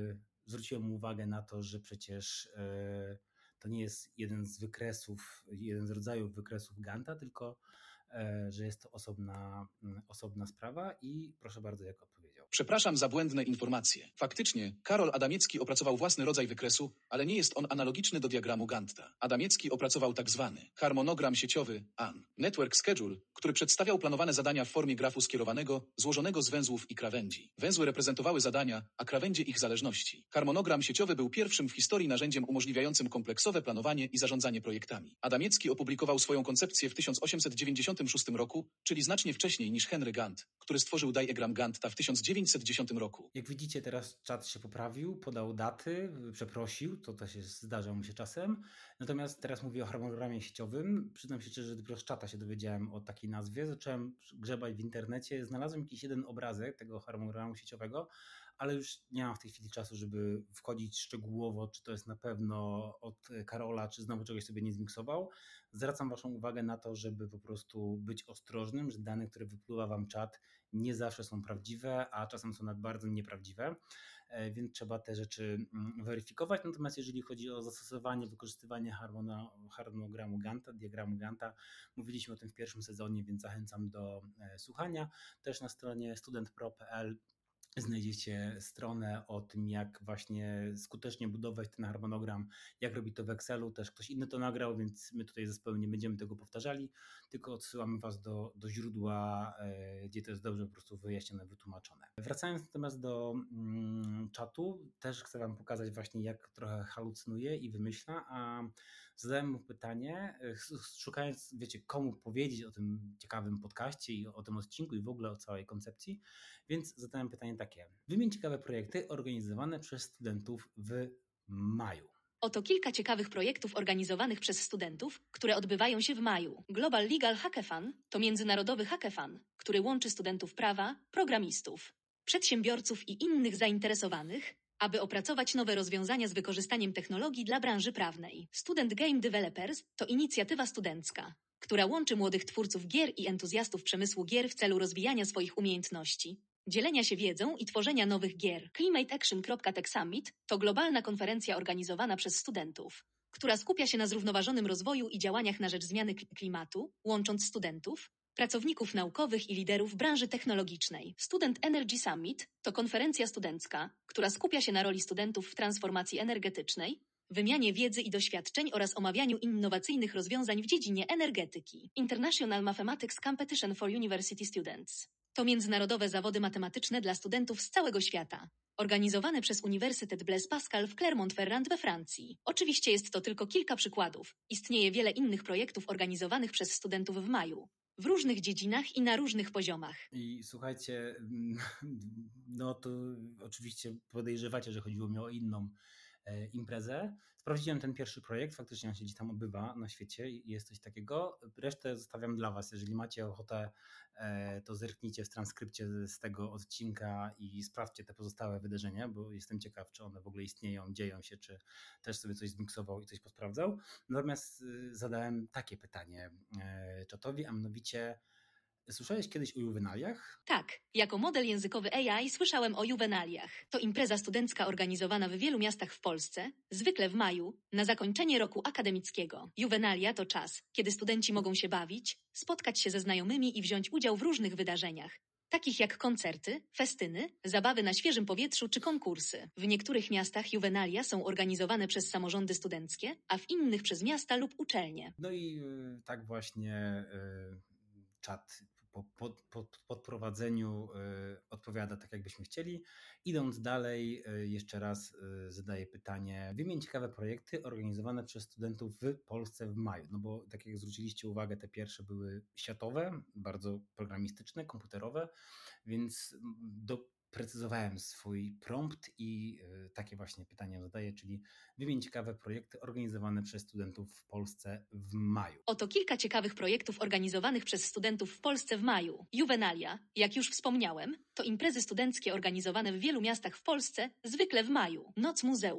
zwróciłem uwagę na to, że przecież e, to nie jest jeden z wykresów, jeden z rodzajów wykresów Ganta, tylko e, że jest to osobna, m, osobna sprawa i proszę bardzo, jak odpowiedział. Przepraszam za błędne informacje. Faktycznie, Karol Adamiecki opracował własny rodzaj wykresu, ale nie jest on analogiczny do diagramu Ganta. Adamiecki opracował tak zwany harmonogram sieciowy A N, Network Schedule, który przedstawiał planowane zadania w formie grafu skierowanego, złożonego z węzłów i krawędzi. Węzły reprezentowały zadania, a krawędzie ich zależności. Harmonogram sieciowy był pierwszym w historii narzędziem umożliwiającym kompleksowe planowanie i zarządzanie projektami. Adamiecki opublikował swoją koncepcję w tysiąc osiemset dziewięćdziesiątym szóstym roku, czyli znacznie wcześniej niż Henry Gantt, który stworzył diagram Ganta w tysiąc dziewięćset dziesiątym roku. Jak widzicie, teraz czat się poprawił, podał daty, przeprosił, to też jest, zdarza mu się czasem. Natomiast teraz mówię o harmonogramie sieciowym. Przyznam się szczerze, że dopiero z czata się dowiedziałem o takiej nazwie. Zacząłem grzebać w internecie, znalazłem jakiś jeden obrazek tego harmonogramu sieciowego, ale już nie mam w tej chwili czasu, żeby wchodzić szczegółowo, czy to jest na pewno od Karola, czy znowu czegoś sobie nie zmiksował. Zwracam Waszą uwagę na to, żeby po prostu być ostrożnym, że dane, które wypływa Wam czat, nie zawsze są prawdziwe, a czasem są nawet bardzo nieprawdziwe, więc trzeba te rzeczy weryfikować. Natomiast jeżeli chodzi o zastosowanie, wykorzystywanie harmonogramu Ganta, diagramu Ganta, mówiliśmy o tym w pierwszym sezonie, więc zachęcam do słuchania. Też na stronie student kropka pro kropka pe el znajdziecie stronę o tym, jak właśnie skutecznie budować ten harmonogram, jak robić to w Excelu. Też ktoś inny to nagrał, więc my tutaj zespołem nie będziemy tego powtarzali, tylko odsyłamy Was do, do źródła, gdzie to jest dobrze po prostu wyjaśnione, wytłumaczone. Wracając natomiast do mm, czatu, też chcę Wam pokazać właśnie, jak trochę halucynuje i wymyśla, a zadałem mu pytanie, szukając, wiecie, komu powiedzieć o tym ciekawym podcaście i o tym odcinku i w ogóle o całej koncepcji, więc zadałem pytanie takie. Wymień ciekawe projekty organizowane przez studentów w maju. Oto kilka ciekawych projektów organizowanych przez studentów, które odbywają się w maju. Global Legal Hackathon to międzynarodowy hackathon, który łączy studentów prawa, programistów, przedsiębiorców i innych zainteresowanych, aby opracować nowe rozwiązania z wykorzystaniem technologii dla branży prawnej. Student Game Developers to inicjatywa studencka, która łączy młodych twórców gier i entuzjastów przemysłu gier w celu rozwijania swoich umiejętności, dzielenia się wiedzą i tworzenia nowych gier. Climate Action Tech Summit to globalna konferencja organizowana przez studentów, która skupia się na zrównoważonym rozwoju i działaniach na rzecz zmiany klimatu, łącząc studentów, pracowników naukowych i liderów branży technologicznej. Student Energy Summit to konferencja studencka, która skupia się na roli studentów w transformacji energetycznej, wymianie wiedzy i doświadczeń oraz omawianiu innowacyjnych rozwiązań w dziedzinie energetyki. International Mathematics Competition for University Students to międzynarodowe zawody matematyczne dla studentów z całego świata, organizowane przez Uniwersytet Blaise Pascal w Clermont-Ferrand we Francji. Oczywiście jest to tylko kilka przykładów. Istnieje wiele innych projektów organizowanych przez studentów w maju, w różnych dziedzinach i na różnych poziomach. I słuchajcie, no to oczywiście podejrzewacie, że chodziło mi o inną e, imprezę. Sprawdziłem ten pierwszy projekt, faktycznie on się gdzieś tam odbywa na świecie i jest coś takiego. Resztę zostawiam dla Was. Jeżeli macie ochotę, e, to zerknijcie w transkrypcie z tego odcinka i sprawdźcie te pozostałe wydarzenia, bo jestem ciekaw, czy one w ogóle istnieją, dzieją się, czy też sobie coś zmiksował i coś posprawdzał. Natomiast e, zadałem takie pytanie e, czatowi, a mianowicie: słyszałeś kiedyś o juwenaliach? Tak, jako model językowy A I słyszałem o juwenaliach. To impreza studencka organizowana w wielu miastach w Polsce, zwykle w maju, na zakończenie roku akademickiego. Juwenalia to czas, kiedy studenci mogą się bawić, spotkać się ze znajomymi i wziąć udział w różnych wydarzeniach, takich jak koncerty, festyny, zabawy na świeżym powietrzu czy konkursy. W niektórych miastach juwenalia są organizowane przez samorządy studenckie, a w innych przez miasta lub uczelnie. No i y, tak właśnie y, czat po, po, po podprowadzeniu y, odpowiada tak, jakbyśmy chcieli. Idąc dalej, y, jeszcze raz y, zadaję pytanie: wymień ciekawe projekty organizowane przez studentów w Polsce w maju. No bo tak jak zwróciliście uwagę, te pierwsze były światowe, bardzo programistyczne, komputerowe, więc do precyzowałem swój prompt i y, takie właśnie pytania zadaję, czyli wymień ciekawe projekty organizowane przez studentów w Polsce w maju. Oto kilka ciekawych projektów organizowanych przez studentów w Polsce w maju. Juwenalia, jak już wspomniałem, to imprezy studenckie organizowane w wielu miastach w Polsce, zwykle w maju. Noc muzeów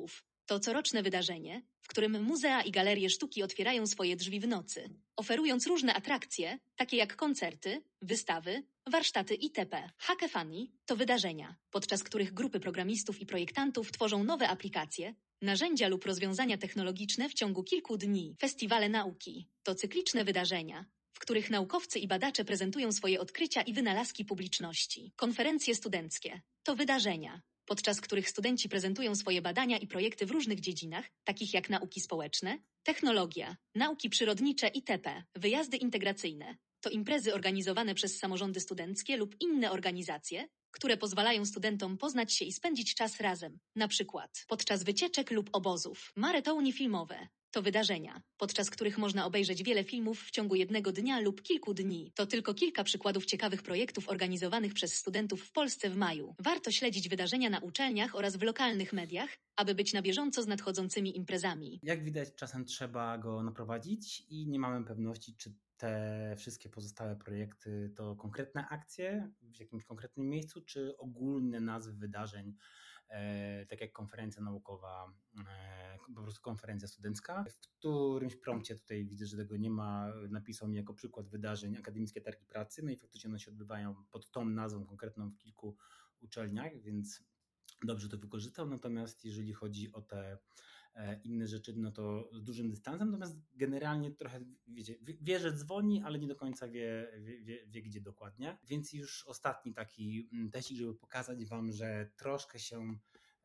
To coroczne wydarzenie, w którym muzea i galerie sztuki otwierają swoje drzwi w nocy, oferując różne atrakcje, takie jak koncerty, wystawy, warsztaty itp. Hackathony to wydarzenia, podczas których grupy programistów i projektantów tworzą nowe aplikacje, narzędzia lub rozwiązania technologiczne w ciągu kilku dni. Festiwale nauki to cykliczne wydarzenia, w których naukowcy i badacze prezentują swoje odkrycia i wynalazki publiczności. Konferencje studenckie to wydarzenia, podczas których studenci prezentują swoje badania i projekty w różnych dziedzinach, takich jak nauki społeczne, technologia, nauki przyrodnicze itp. Wyjazdy integracyjne to imprezy organizowane przez samorządy studenckie lub inne organizacje, które pozwalają studentom poznać się i spędzić czas razem, na przykład podczas wycieczek lub obozów. Maratony filmowe to wydarzenia, podczas których można obejrzeć wiele filmów w ciągu jednego dnia lub kilku dni. To tylko kilka przykładów ciekawych projektów organizowanych przez studentów w Polsce w maju. Warto śledzić wydarzenia na uczelniach oraz w lokalnych mediach, aby być na bieżąco z nadchodzącymi imprezami. Jak widać, czasem trzeba go naprowadzić i nie mamy pewności, czy te wszystkie pozostałe projekty to konkretne akcje w jakimś konkretnym miejscu, czy ogólne nazwy wydarzeń, e, tak jak konferencja naukowa, e, po prostu konferencja studencka. W którymś prompcie tutaj widzę, że tego nie ma, napisał mi jako przykład wydarzeń Akademickie Targi Pracy, no i faktycznie one się odbywają pod tą nazwą konkretną w kilku uczelniach, więc dobrze to wykorzystał. Natomiast jeżeli chodzi o te inne rzeczy, no to z dużym dystansem, natomiast generalnie trochę, wiecie, wie, że dzwoni, ale nie do końca wie, wie, wie gdzie dokładnie. Więc już ostatni taki teścik, żeby pokazać Wam, że troszkę się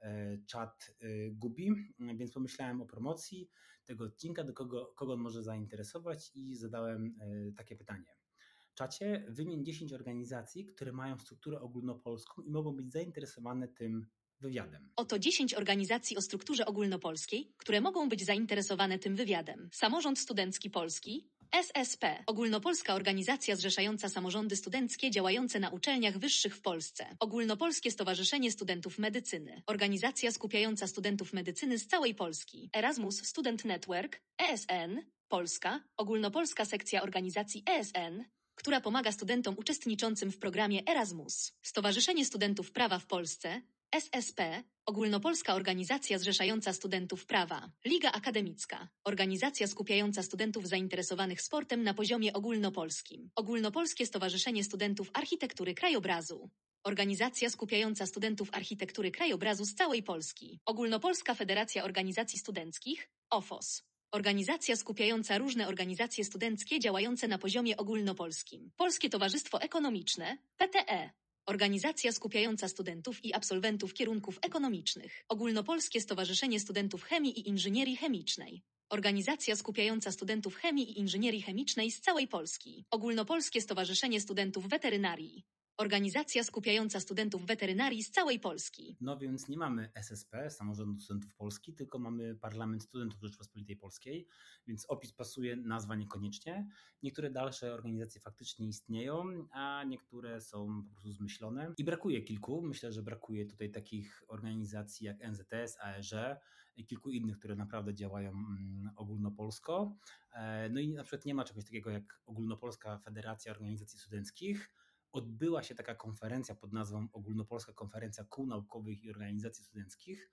czat gubi, więc pomyślałem o promocji tego odcinka, do kogo, kogo on może zainteresować i zadałem takie pytanie. Czacie, wymień dziesięć organizacji, które mają strukturę ogólnopolską i mogą być zainteresowane tym wywiadem. Oto dziesięć organizacji o strukturze ogólnopolskiej, które mogą być zainteresowane tym wywiadem. Samorząd Studencki Polski, S S P, ogólnopolska organizacja zrzeszająca samorządy studenckie działające na uczelniach wyższych w Polsce. Ogólnopolskie Stowarzyszenie Studentów Medycyny, organizacja skupiająca studentów medycyny z całej Polski. Erasmus Student Network, E S N, Polska, ogólnopolska sekcja organizacji E S N, która pomaga studentom uczestniczącym w programie Erasmus. Stowarzyszenie Studentów Prawa w Polsce, S S P, ogólnopolska organizacja zrzeszająca studentów prawa. Liga Akademicka, organizacja skupiająca studentów zainteresowanych sportem na poziomie ogólnopolskim. Ogólnopolskie Stowarzyszenie Studentów Architektury Krajobrazu, organizacja skupiająca studentów architektury krajobrazu z całej Polski. Ogólnopolska Federacja Organizacji Studenckich, O F O S, organizacja skupiająca różne organizacje studenckie działające na poziomie ogólnopolskim. Polskie Towarzystwo Ekonomiczne, P T E, organizacja skupiająca studentów i absolwentów kierunków ekonomicznych. Ogólnopolskie Stowarzyszenie Studentów Chemii i Inżynierii Chemicznej, organizacja skupiająca studentów chemii i inżynierii chemicznej z całej Polski. Ogólnopolskie Stowarzyszenie Studentów Weterynarii, organizacja skupiająca studentów weterynarii z całej Polski. No więc nie mamy S S P, Samorządu Studentów Polski, tylko mamy Parlament Studentów Rzeczypospolitej Polskiej, więc opis pasuje, nazwa niekoniecznie. Niektóre dalsze organizacje faktycznie istnieją, a niektóre są po prostu zmyślone. I brakuje kilku, myślę, że brakuje tutaj takich organizacji jak N Z S, A E Ż i kilku innych, które naprawdę działają ogólnopolsko. No i na przykład nie ma czegoś takiego jak Ogólnopolska Federacja Organizacji Studenckich. Odbyła się taka konferencja pod nazwą Ogólnopolska Konferencja Kół Naukowych i Organizacji Studenckich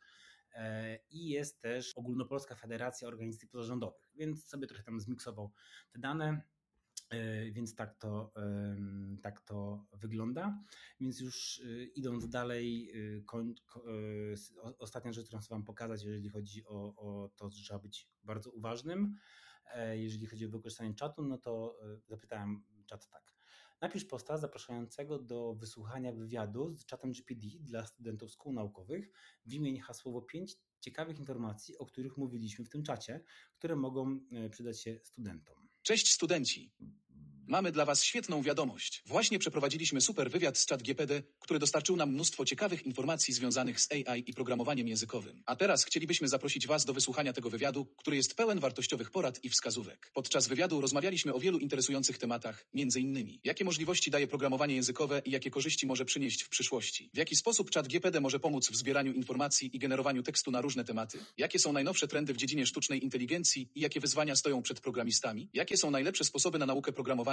i jest też Ogólnopolska Federacja Organizacji Pozarządowych, więc sobie trochę tam zmiksował te dane, więc tak to, tak to wygląda. Więc już idąc dalej, ostatnia rzecz, którą chcę Wam pokazać, jeżeli chodzi o, o to, że trzeba być bardzo uważnym, jeżeli chodzi o wykorzystanie czatu, no to zapytałem czat tak. Napisz posta zapraszającego do wysłuchania wywiadu z czatem G P D dla studentów szkół naukowych. Wymień hasłowo pięć ciekawych informacji, o których mówiliśmy w tym czacie, które mogą przydać się studentom. Cześć studenci! Mamy dla Was świetną wiadomość. Właśnie przeprowadziliśmy super wywiad z ChatGPT, który dostarczył nam mnóstwo ciekawych informacji związanych z A I i programowaniem językowym. A teraz chcielibyśmy zaprosić Was do wysłuchania tego wywiadu, który jest pełen wartościowych porad i wskazówek. Podczas wywiadu rozmawialiśmy o wielu interesujących tematach, między innymi jakie możliwości daje programowanie językowe i jakie korzyści może przynieść w przyszłości. W jaki sposób ChatGPT może pomóc w zbieraniu informacji i generowaniu tekstu na różne tematy. Jakie są najnowsze trendy w dziedzinie sztucznej inteligencji i jakie wyzwania stoją przed programistami. Jakie są najlepsze sposoby na naukę programowania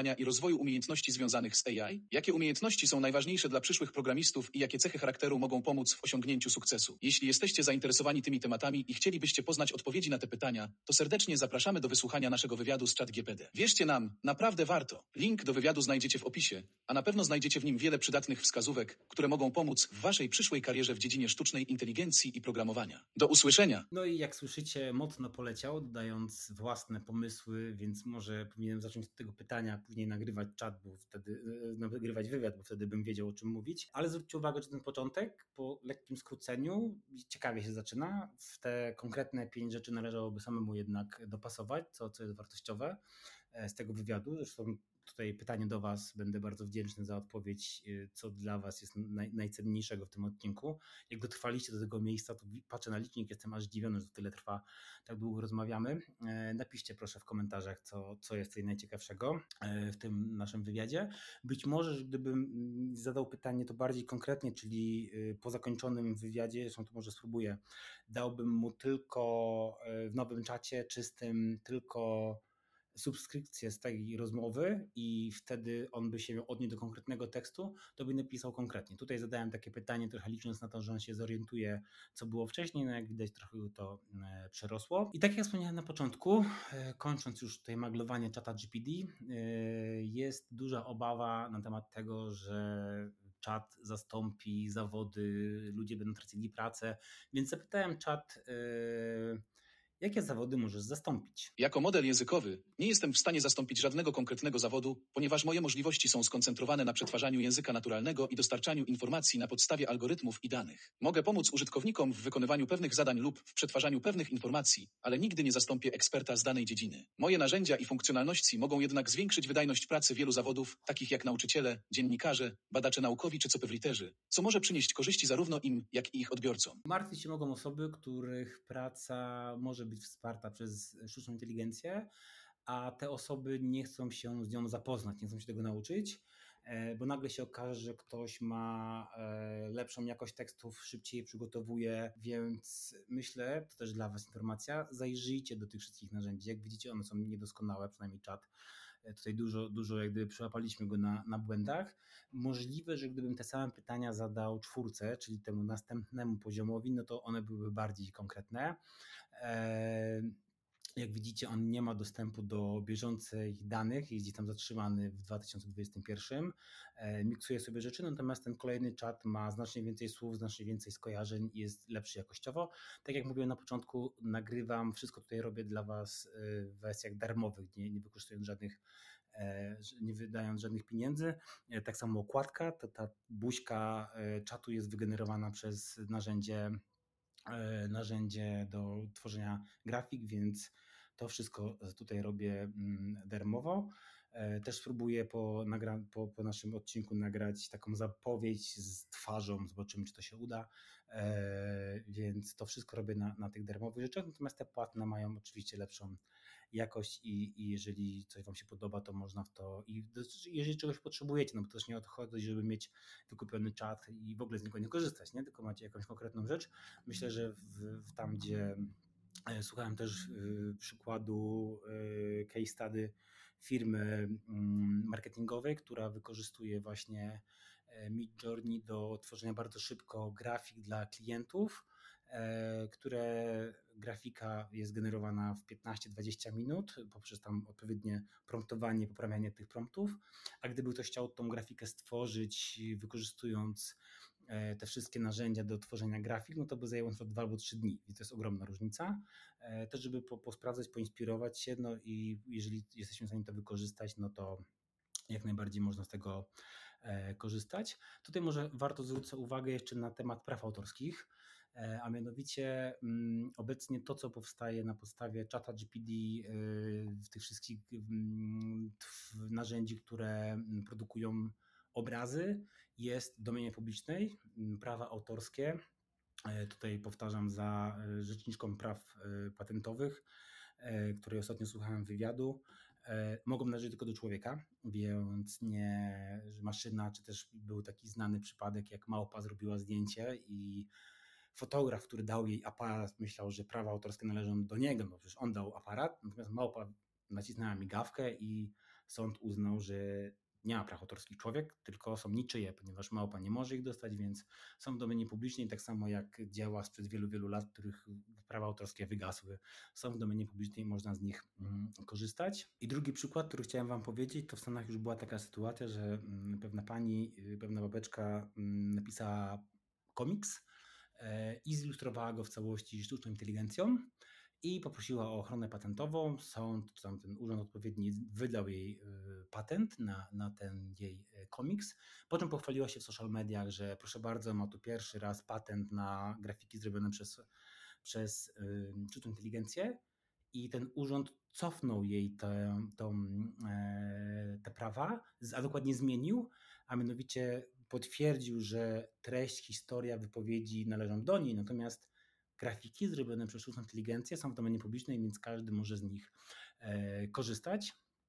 programowania i rozwoju umiejętności związanych z A I? Jakie umiejętności są najważniejsze dla przyszłych programistów i jakie cechy charakteru mogą pomóc w osiągnięciu sukcesu? Jeśli jesteście zainteresowani tymi tematami i chcielibyście poznać odpowiedzi na te pytania, to serdecznie zapraszamy do wysłuchania naszego wywiadu z ChatGPT. Wierzcie nam, naprawdę warto. Link do wywiadu znajdziecie w opisie, a na pewno znajdziecie w nim wiele przydatnych wskazówek, które mogą pomóc w waszej przyszłej karierze w dziedzinie sztucznej inteligencji i programowania. Do usłyszenia! No i jak słyszycie, mocno poleciał, dodając własne pomysły, więc może powinienem zacząć od tego pytania, później nagrywać czat, bo wtedy, nagrywać wywiad, bo wtedy bym wiedział, o czym mówić. Ale zwróćcie uwagę, że ten początek, po lekkim skróceniu, ciekawie się zaczyna. W te konkretne pięć rzeczy należałoby samemu jednak dopasować, co, co jest wartościowe z tego wywiadu. Zresztą tutaj pytanie do Was, będę bardzo wdzięczny za odpowiedź, co dla Was jest naj, najcenniejszego w tym odcinku. Jak dotrwaliście do tego miejsca, to patrzę na licznik, jestem aż zdziwiony, że to tyle trwa, tak długo rozmawiamy. Napiszcie proszę w komentarzach, co, co jest tutaj najciekawszego w tym naszym wywiadzie. Być może, gdybym zadał pytanie to bardziej konkretnie, czyli po zakończonym wywiadzie, zresztą to może spróbuję, dałbym mu tylko w nowym czacie czystym, tylko subskrypcję z tej rozmowy i wtedy on by się miał odnieść do konkretnego tekstu, to by napisał konkretnie. Tutaj zadałem takie pytanie, trochę licząc na to, że on się zorientuje, co było wcześniej, no jak widać trochę to e, przerosło. I tak jak wspomniałem na początku, e, kończąc już tutaj maglowanie czata G P D, e, jest duża obawa na temat tego, że czat zastąpi zawody, ludzie będą tracili pracę, więc zapytałem czat, e, jakie zawody możesz zastąpić? Jako model językowy nie jestem w stanie zastąpić żadnego konkretnego zawodu, ponieważ moje możliwości są skoncentrowane na przetwarzaniu języka naturalnego i dostarczaniu informacji na podstawie algorytmów i danych. Mogę pomóc użytkownikom w wykonywaniu pewnych zadań lub w przetwarzaniu pewnych informacji, ale nigdy nie zastąpię eksperta z danej dziedziny. Moje narzędzia i funkcjonalności mogą jednak zwiększyć wydajność pracy wielu zawodów, takich jak nauczyciele, dziennikarze, badacze naukowi czy copywriterzy, co może przynieść korzyści zarówno im, jak i ich odbiorcom. Martwić się mogą osoby, których praca może być wsparta przez sztuczną inteligencję, a te osoby nie chcą się z nią zapoznać, nie chcą się tego nauczyć, bo nagle się okaże, że ktoś ma lepszą jakość tekstów, szybciej je przygotowuje, więc myślę, to też dla Was informacja, zajrzyjcie do tych wszystkich narzędzi. Jak widzicie, one są niedoskonałe, przynajmniej czat. Tutaj dużo, dużo jak gdyby przyłapaliśmy go na, na błędach. Możliwe, że gdybym te same pytania zadał czwórce, czyli temu następnemu poziomowi, no to one byłyby bardziej konkretne. Jak widzicie, on nie ma dostępu do bieżących danych, jest gdzieś tam zatrzymany w dwa tysiące dwudziestym pierwszym, miksuje sobie rzeczy, natomiast ten kolejny czat ma znacznie więcej słów, znacznie więcej skojarzeń i jest lepszy jakościowo. Tak jak mówiłem na początku, nagrywam, wszystko tutaj robię dla Was w wersjach darmowych, nie, nie wykorzystując żadnych, nie wydając żadnych pieniędzy. Tak samo okładka, to ta buźka czatu jest wygenerowana przez narzędzie narzędzie do tworzenia grafik, więc to wszystko tutaj robię darmowo. Też spróbuję po, nagra- po, po naszym odcinku nagrać taką zapowiedź z twarzą, zobaczymy, czy to się uda, więc to wszystko robię na, na tych darmowych rzeczach, natomiast te płatne mają oczywiście lepszą jakość i, i jeżeli coś Wam się podoba, to można w to, i jeżeli czegoś potrzebujecie, no bo to też nie o to chodzi, żeby mieć wykupiony czat i w ogóle z niego nie korzystać, nie? Tylko macie jakąś konkretną rzecz. Myślę, że w, w tam, gdzie słuchałem też y, przykładu y, case study firmy y, marketingowej, która wykorzystuje właśnie Midjourney do tworzenia bardzo szybko grafik dla klientów, które grafika jest generowana w piętnaście do dwudziestu minut poprzez tam odpowiednie promptowanie, poprawianie tych promptów, a gdyby ktoś chciał tą grafikę stworzyć wykorzystując te wszystkie narzędzia do tworzenia grafik, no to by zajęło na dwa albo trzy dni, i to jest ogromna różnica. Też żeby po, posprawdzać, poinspirować się, no i jeżeli jesteśmy w stanie to wykorzystać, no to jak najbardziej można z tego korzystać. Tutaj może warto zwrócić uwagę jeszcze na temat praw autorskich, a mianowicie obecnie to, co powstaje na podstawie czata G P D, w tych wszystkich narzędzi, które produkują obrazy, jest w domenie publicznej, prawa autorskie. Tutaj powtarzam za rzeczniczką praw patentowych, której ostatnio słuchałem wywiadu, mogą należeć tylko do człowieka, więc nie maszyna, czy też był taki znany przypadek, jak małpa zrobiła zdjęcie i fotograf, który dał jej aparat, myślał, że prawa autorskie należą do niego, no przecież on dał aparat, natomiast małpa nacisnęła migawkę i sąd uznał, że nie ma praw autorskich człowiek, tylko są niczyje, ponieważ małpa nie może ich dostać, więc są w domenie publicznej, tak samo jak dzieła sprzed wielu, wielu lat, których prawa autorskie wygasły, są w domenie publicznej, można z nich mm, korzystać. I drugi przykład, który chciałem wam powiedzieć, to w Stanach już była taka sytuacja, że mm, pewna pani, y, pewna babeczka mm, napisała komiks e, i zilustrowała go w całości sztuczną inteligencją i poprosiła o ochronę patentową. Sąd, czy tam ten urząd odpowiedni wydał jej y, patent na, na ten jej y, komiks, po czym pochwaliła się w social mediach, że proszę bardzo, ma tu pierwszy raz patent na grafiki zrobione przez, przez y, sztuczną inteligencję i ten urząd cofnął jej te, tą, e, te prawa, a dokładnie zmienił, a mianowicie potwierdził, że treść, historia, wypowiedzi należą do niej, natomiast grafiki zrobione przez sztuczną inteligencję są w domenie publicznej, więc każdy może z nich e, korzystać.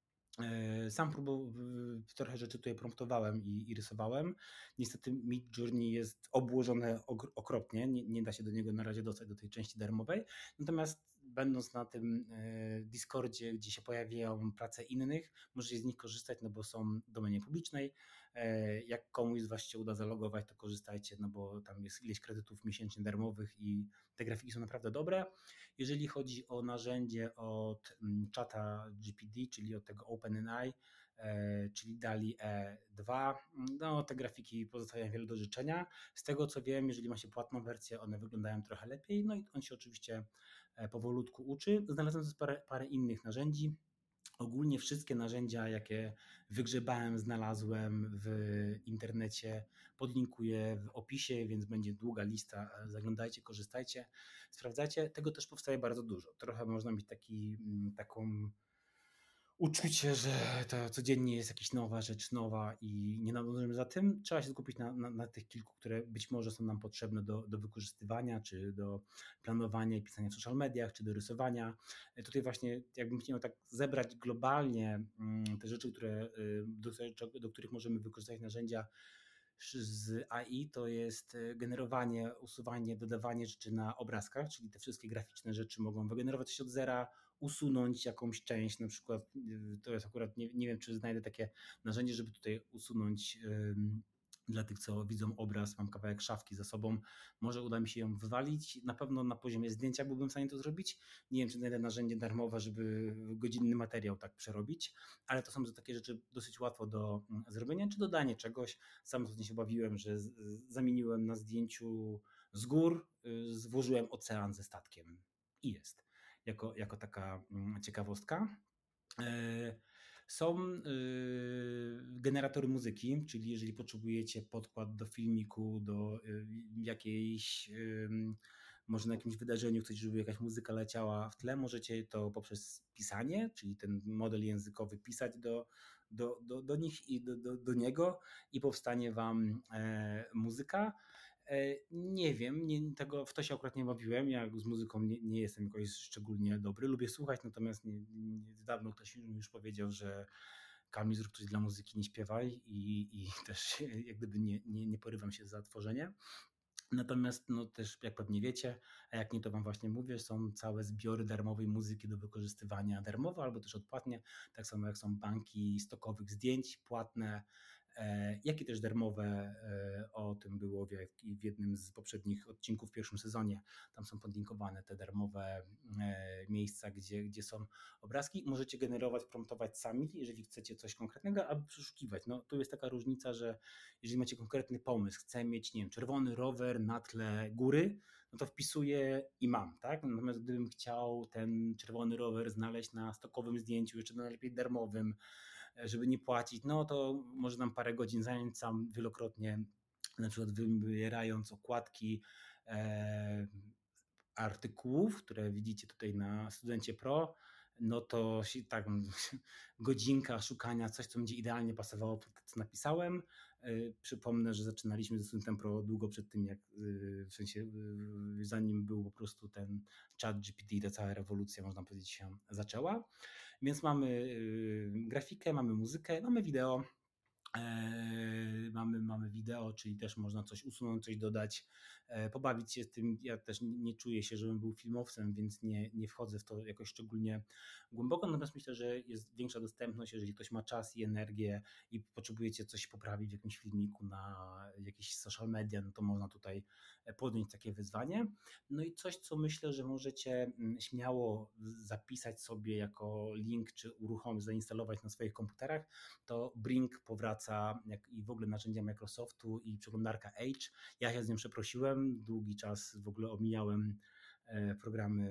E, Sam próbował, trochę rzeczy tutaj promptowałem i, i rysowałem. Niestety Midjourney jest obłożone ogr- okropnie, nie, nie da się do niego na razie dostać, do tej części darmowej. Natomiast będąc na tym e, Discordzie, gdzie się pojawiają prace innych, możecie z nich korzystać, no bo są w domenie publicznej. E, Jak komuś z was się uda zalogować, to korzystajcie, no bo tam jest ileś kredytów miesięcznie darmowych i te grafiki są naprawdę dobre. Jeżeli chodzi o narzędzie od mm, czata G P D, czyli od tego OpenAI, e, czyli DALL-E E dwa, no te grafiki pozostawiają wiele do życzenia. Z tego co wiem, jeżeli ma się płatną wersję, one wyglądają trochę lepiej, no i on się oczywiście e, powolutku uczy. Znalazłem też parę, parę innych narzędzi. Ogólnie wszystkie narzędzia, jakie wygrzebałem, znalazłem w internecie, podlinkuję w opisie, więc będzie długa lista. Zaglądajcie, korzystajcie, sprawdzajcie. Tego też powstaje bardzo dużo. Trochę można mieć taki, mm, taką uczucie, że to codziennie jest jakaś nowa rzecz, nowa i nie nadążymy za tym. Trzeba się skupić na, na, na tych kilku, które być może są nam potrzebne do, do wykorzystywania, czy do planowania i pisania w social mediach, czy do rysowania. Tutaj właśnie jakbym chciał tak zebrać globalnie mm, te rzeczy, które, y, do, do których możemy wykorzystać narzędzia z A I, to jest generowanie, usuwanie, dodawanie rzeczy na obrazkach, czyli te wszystkie graficzne rzeczy mogą wygenerować coś od zera, usunąć jakąś część, na przykład y, to jest akurat, nie, nie wiem czy znajdę takie narzędzie, żeby tutaj usunąć ym, dla tych, co widzą obraz, mam kawałek szafki za sobą, może uda mi się ją wywalić, na pewno na poziomie zdjęcia byłbym w stanie to zrobić, nie wiem czy znajdę narzędzie darmowe, żeby godzinny materiał tak przerobić, ale to są takie rzeczy dosyć łatwo do mm, zrobienia, czy dodanie czegoś. Sam ostatnio się bawiłem, że z, zamieniłem na zdjęciu z gór, y, włożyłem ocean ze statkiem i jest, jako, jako taka mm, ciekawostka. E, Są y, generatory muzyki, czyli jeżeli potrzebujecie podkład do filmiku, do y, jakiejś, y, może na jakimś wydarzeniu chcecie, żeby jakaś muzyka leciała w tle, możecie to poprzez pisanie, czyli ten model językowy pisać do, do, do, do nich i do, do, do niego i powstanie wam e, muzyka. E, Nie wiem, nie, tego, w to się akurat nie bawiłem. Ja z muzyką nie, nie jestem jakoś szczególnie dobry. Lubię słuchać, natomiast nie, nie, dawno ktoś mi już powiedział, że Kamil, zrób coś dla muzyki, nie śpiewaj i, i też jak gdyby nie, nie, nie porywam się za tworzenie. Natomiast no też jak pewnie wiecie, a jak nie to wam właśnie mówię, są całe zbiory darmowej muzyki do wykorzystywania darmowo albo też odpłatnie, tak samo jak są banki stokowych zdjęć płatne, e, jak i też darmowe, e, o tym było w, w jednym z poprzednich odcinków w pierwszym sezonie, tam są podlinkowane te darmowe e, miejsca, gdzie, gdzie są obrazki, możecie generować, promptować sami, jeżeli chcecie coś konkretnego, aby przeszukiwać. No tu jest taka różnica, że jeżeli macie konkretny pomysł, chcę mieć, nie wiem, czerwony rower na tle góry, no to wpisuję i mam, tak? Natomiast gdybym chciał ten czerwony rower znaleźć na stokowym zdjęciu, jeszcze najlepiej darmowym, żeby nie płacić, no to może nam parę godzin zająć, sam wielokrotnie, na przykład wybierając okładki e, artykułów, które widzicie tutaj na Studencie Pro, no to się tak godzinka szukania, coś co będzie idealnie pasowało pod to, co napisałem. Yy, Przypomnę, że zaczynaliśmy ze Studentem Pro długo przed tym, jak yy, w sensie yy, zanim był po prostu ten chat G P T, ta cała rewolucja, można powiedzieć, się zaczęła. Więc mamy yy, grafikę, mamy muzykę, mamy wideo. E, mamy, mamy wideo, czyli też można coś usunąć, coś dodać, e, pobawić się z tym. Ja też nie, nie czuję się, żebym był filmowcem, więc nie, nie wchodzę w to jakoś szczególnie głęboko, natomiast myślę, że jest większa dostępność, jeżeli ktoś ma czas i energię i potrzebujecie coś poprawić w jakimś filmiku na jakieś social media, no to można tutaj podjąć takie wyzwanie. No i coś, co myślę, że możecie śmiało zapisać sobie jako link, czy uruchomić, zainstalować na swoich komputerach, to Bring powraca, jak i w ogóle narzędzia Microsoftu i przeglądarka Edge. Ja się z nią przeprosiłem, długi czas w ogóle omijałem programy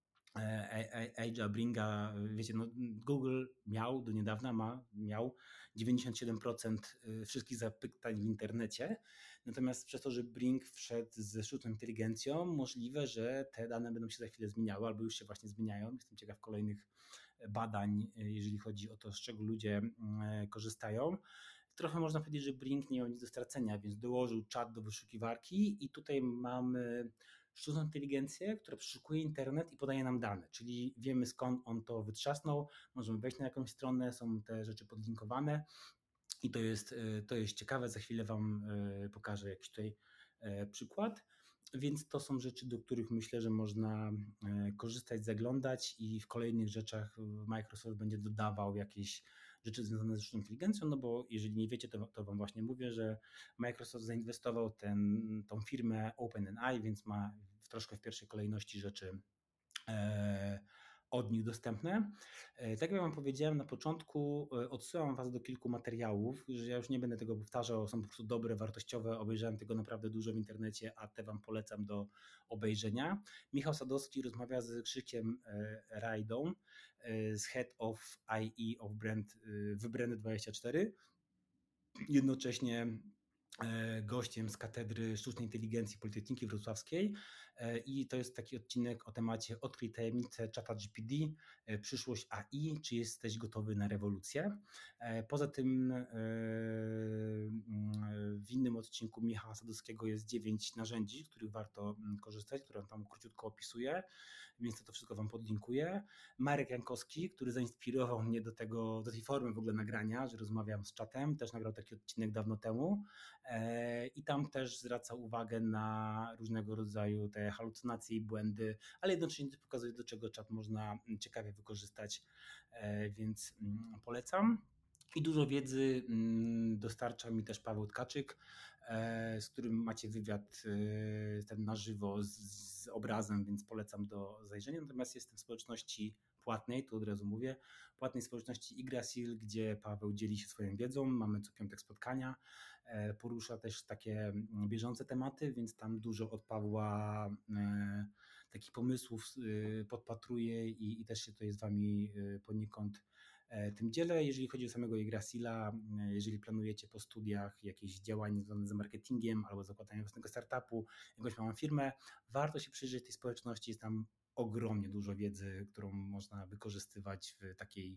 Edge'a, Bringa. Wiecie, no Google miał do niedawna, ma, miał dziewięćdziesiąt siedem procent wszystkich zapytań w internecie, natomiast przez to, że Bring wszedł ze sztuczną inteligencją, możliwe, że te dane będą się za chwilę zmieniały, albo już się właśnie zmieniają. Jestem ciekaw kolejnych badań, jeżeli chodzi o to, z czego ludzie korzystają. Trochę można powiedzieć, że Bring nie miał nic do stracenia, więc dołożył czat do wyszukiwarki i tutaj mamy sztuczną inteligencję, która przeszukuje internet i podaje nam dane, czyli wiemy, skąd on to wytrzasnął, możemy wejść na jakąś stronę, są te rzeczy podlinkowane i to jest, to jest ciekawe. Za chwilę Wam pokażę jakiś tutaj przykład. Więc to są rzeczy, do których myślę, że można korzystać, zaglądać i w kolejnych rzeczach Microsoft będzie dodawał jakieś rzeczy związane z sztuczną inteligencją, no bo jeżeli nie wiecie, to, to Wam właśnie mówię, że Microsoft zainwestował ten, tą firmę OpenAI, więc ma troszkę w pierwszej kolejności rzeczy e, od nich dostępne. Tak jak Wam powiedziałem na początku, odsyłam Was do kilku materiałów, że ja już nie będę tego powtarzał, są po prostu dobre, wartościowe, obejrzałem tego naprawdę dużo w internecie, a te Wam polecam do obejrzenia. Michał Sadowski rozmawia z Krzykiem Rajdą, z Head of I E of Brand w Brand dwadzieścia cztery, jednocześnie gościem z Katedry Sztucznej Inteligencji Politechniki Wrocławskiej i to jest taki odcinek o temacie Odkryj tajemnicę czata G P D, przyszłość A I, czy jesteś gotowy na rewolucję. Poza tym w innym odcinku Michała Sadowskiego jest dziewięć narzędzi, z których warto korzystać, które on tam króciutko opisuje, więc to wszystko Wam podlinkuję. Marek Jankowski, który zainspirował mnie do tego, do tej formy w ogóle nagrania, że rozmawiam z czatem, też nagrał taki odcinek dawno temu i tam też zwraca uwagę na różnego rodzaju te halucynacje i błędy, ale jednocześnie pokazuje, do czego czat można ciekawie wykorzystać, więc polecam. I dużo wiedzy dostarcza mi też Paweł Tkaczyk, z którym macie wywiad ten na żywo z, z obrazem, więc polecam do zajrzenia. Natomiast jestem w społeczności płatnej, to od razu mówię, płatnej społeczności Yggdrasil, gdzie Paweł dzieli się swoją wiedzą, mamy co piątek spotkania, porusza też takie bieżące tematy, więc tam dużo od Pawła takich pomysłów podpatruję i, i też się tutaj z Wami poniekąd tym dzielę. Jeżeli chodzi o samego Yggdrasila, jeżeli planujecie po studiach jakieś działania związane z marketingiem albo zakładaniem własnego startupu, jakąś małą firmę, warto się przyjrzeć tej społeczności, jest tam ogromnie dużo wiedzy, którą można wykorzystywać w takiej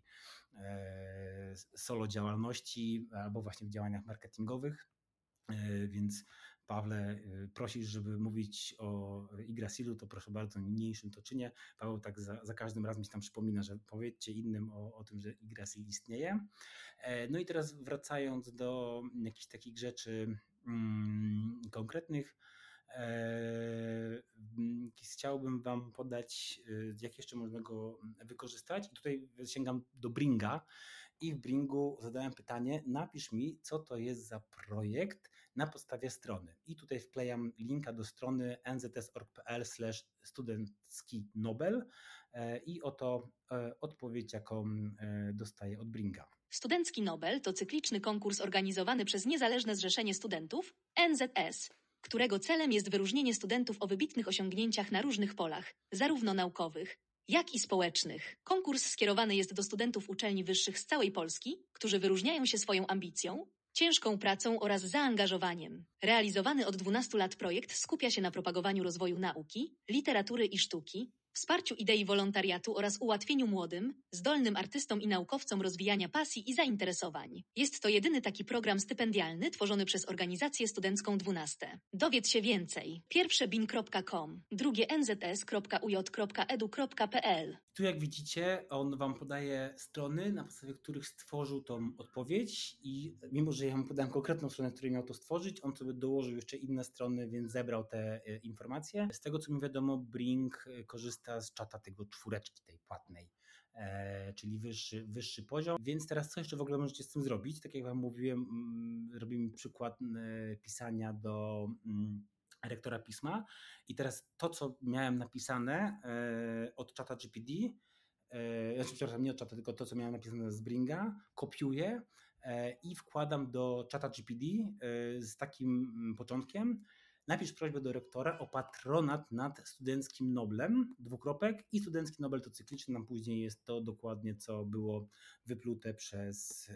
solo działalności albo właśnie w działaniach marketingowych, więc Pawle, prosisz, żeby mówić o Yggdrasilu, to proszę bardzo, niniejszym to czynię. Paweł tak za, za każdym razem mi tam przypomina, że powiedzcie innym o, o tym, że Yggdrasil istnieje. No i teraz wracając do jakichś takich rzeczy mm, konkretnych, e, chciałbym Wam podać, jak jeszcze można go wykorzystać. I tutaj sięgam do Bringa i w Bringu zadałem pytanie, napisz mi, co to jest za projekt na podstawie strony. I tutaj wklejam linka do strony n z s kropka org kropka p l slash studencki nobel i oto odpowiedź, jaką dostaję od Bringa. Studencki Nobel to cykliczny konkurs organizowany przez Niezależne Zrzeszenie Studentów, N Z S, którego celem jest wyróżnienie studentów o wybitnych osiągnięciach na różnych polach, zarówno naukowych, jak i społecznych. Konkurs skierowany jest do studentów uczelni wyższych z całej Polski, którzy wyróżniają się swoją ambicją, ciężką pracą oraz zaangażowaniem. Realizowany od dwunastu lat projekt skupia się na propagowaniu rozwoju nauki, literatury i sztuki, wsparciu idei wolontariatu oraz ułatwieniu młodym, zdolnym artystom i naukowcom rozwijania pasji i zainteresowań. Jest to jedyny taki program stypendialny tworzony przez organizację studencką dwunaste. Dowiedz się więcej. Pierwsze bin kropka com, drugie en zet es kropka u j kropka e d u kropka p l. Tu jak widzicie, on wam podaje strony, na podstawie których stworzył tą odpowiedź i mimo, że ja mu podałem konkretną stronę, z której miał to stworzyć, on sobie dołożył jeszcze inne strony, więc zebrał te e, informacje. Z tego co mi wiadomo, Bring e, korzysta z czata tego czwóreczki, tej płatnej, e, czyli wyższy, wyższy poziom, więc teraz co jeszcze w ogóle możecie z tym zrobić? Tak jak wam mówiłem, mm, robimy przykład e, pisania do... Mm, rektora pisma i teraz to, co miałem napisane e, od czata G P D, e, znaczy, przepraszam, nie od czata, tylko to, co miałem napisane z Bringa, kopiuję e, i wkładam do czata G P D e, z takim mm, początkiem: napisz prośbę do rektora o patronat nad Studenckim Noblem, dwukropek, i Studencki Nobel to cykliczny, nam później jest to dokładnie, co było wyplute przez,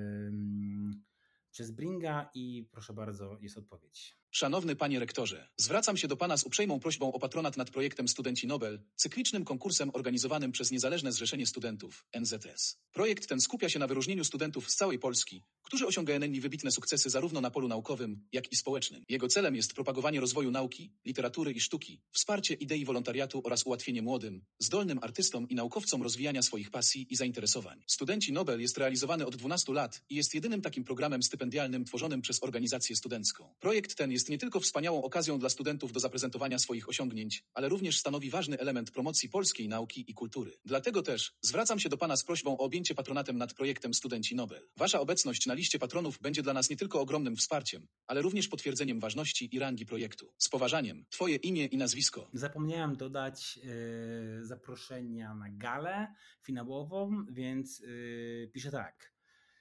yy, przez Bringa i proszę bardzo, jest odpowiedź. Szanowny panie rektorze, zwracam się do pana z uprzejmą prośbą o patronat nad projektem Studenci Nobel, cyklicznym konkursem organizowanym przez Niezależne Zrzeszenie Studentów, N Z S. Projekt ten skupia się na wyróżnieniu studentów z całej Polski, którzy osiągnęli wybitne sukcesy zarówno na polu naukowym, jak i społecznym. Jego celem jest propagowanie rozwoju nauki, literatury i sztuki, wsparcie idei wolontariatu oraz ułatwienie młodym, zdolnym artystom i naukowcom rozwijania swoich pasji i zainteresowań. Studenci Nobel jest realizowany od dwunastu lat i jest jedynym takim programem stypendialnym tworzonym przez organizację studencką. Projekt ten jest nie tylko wspaniałą okazją dla studentów do zaprezentowania swoich osiągnięć, ale również stanowi ważny element promocji polskiej nauki i kultury. Dlatego też zwracam się do pana z prośbą o objęcie patronatem nad projektem Studenci Nobel. Wasza obecność na liście patronów będzie dla nas nie tylko ogromnym wsparciem, ale również potwierdzeniem ważności i rangi projektu. Z poważaniem, twoje imię i nazwisko. Zapomniałem dodać yy, zaproszenia na galę finałową, więc yy, piszę tak.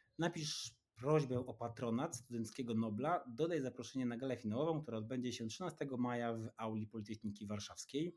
Napisz prośbę o patronat Studenckiego Nobla, dodaj zaproszenie na galę finałową, która odbędzie się trzynastego maja w auli Politechniki Warszawskiej.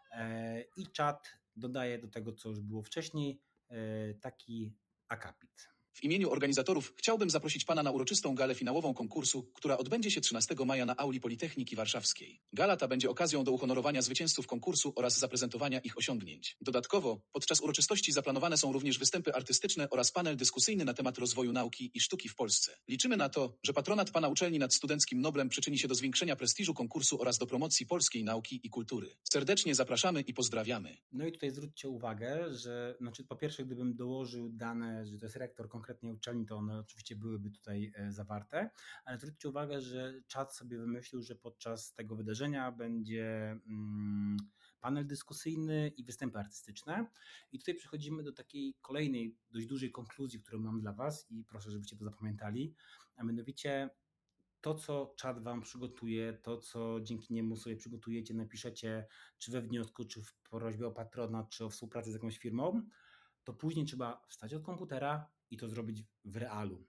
Yy, I czat dodaje do tego, co już było wcześniej, yy, taki akapit. W imieniu organizatorów chciałbym zaprosić pana na uroczystą galę finałową konkursu, która odbędzie się trzynastego maja na auli Politechniki Warszawskiej. Gala ta będzie okazją do uhonorowania zwycięzców konkursu oraz zaprezentowania ich osiągnięć. Dodatkowo, podczas uroczystości zaplanowane są również występy artystyczne oraz panel dyskusyjny na temat rozwoju nauki i sztuki w Polsce. Liczymy na to, że patronat pana uczelni nad Studenckim Noblem przyczyni się do zwiększenia prestiżu konkursu oraz do promocji polskiej nauki i kultury. Serdecznie zapraszamy i pozdrawiamy. No i tutaj zwróćcie uwagę, że znaczy po pierwsze, gdybym dołożył dane, że to jest rektor konkretnej uczelni, to one oczywiście byłyby tutaj zawarte, ale zwróćcie uwagę, że czat sobie wymyślił, że podczas tego wydarzenia będzie mm, panel dyskusyjny i występy artystyczne. I tutaj przechodzimy do takiej kolejnej, dość dużej konkluzji, którą mam dla was i proszę, żebyście to zapamiętali, a mianowicie to, co czat wam przygotuje, to, co dzięki niemu sobie przygotujecie, napiszecie, czy we wniosku, czy w prośbie o patronat, czy o współpracę z jakąś firmą, to później trzeba wstać od komputera i to zrobić w realu.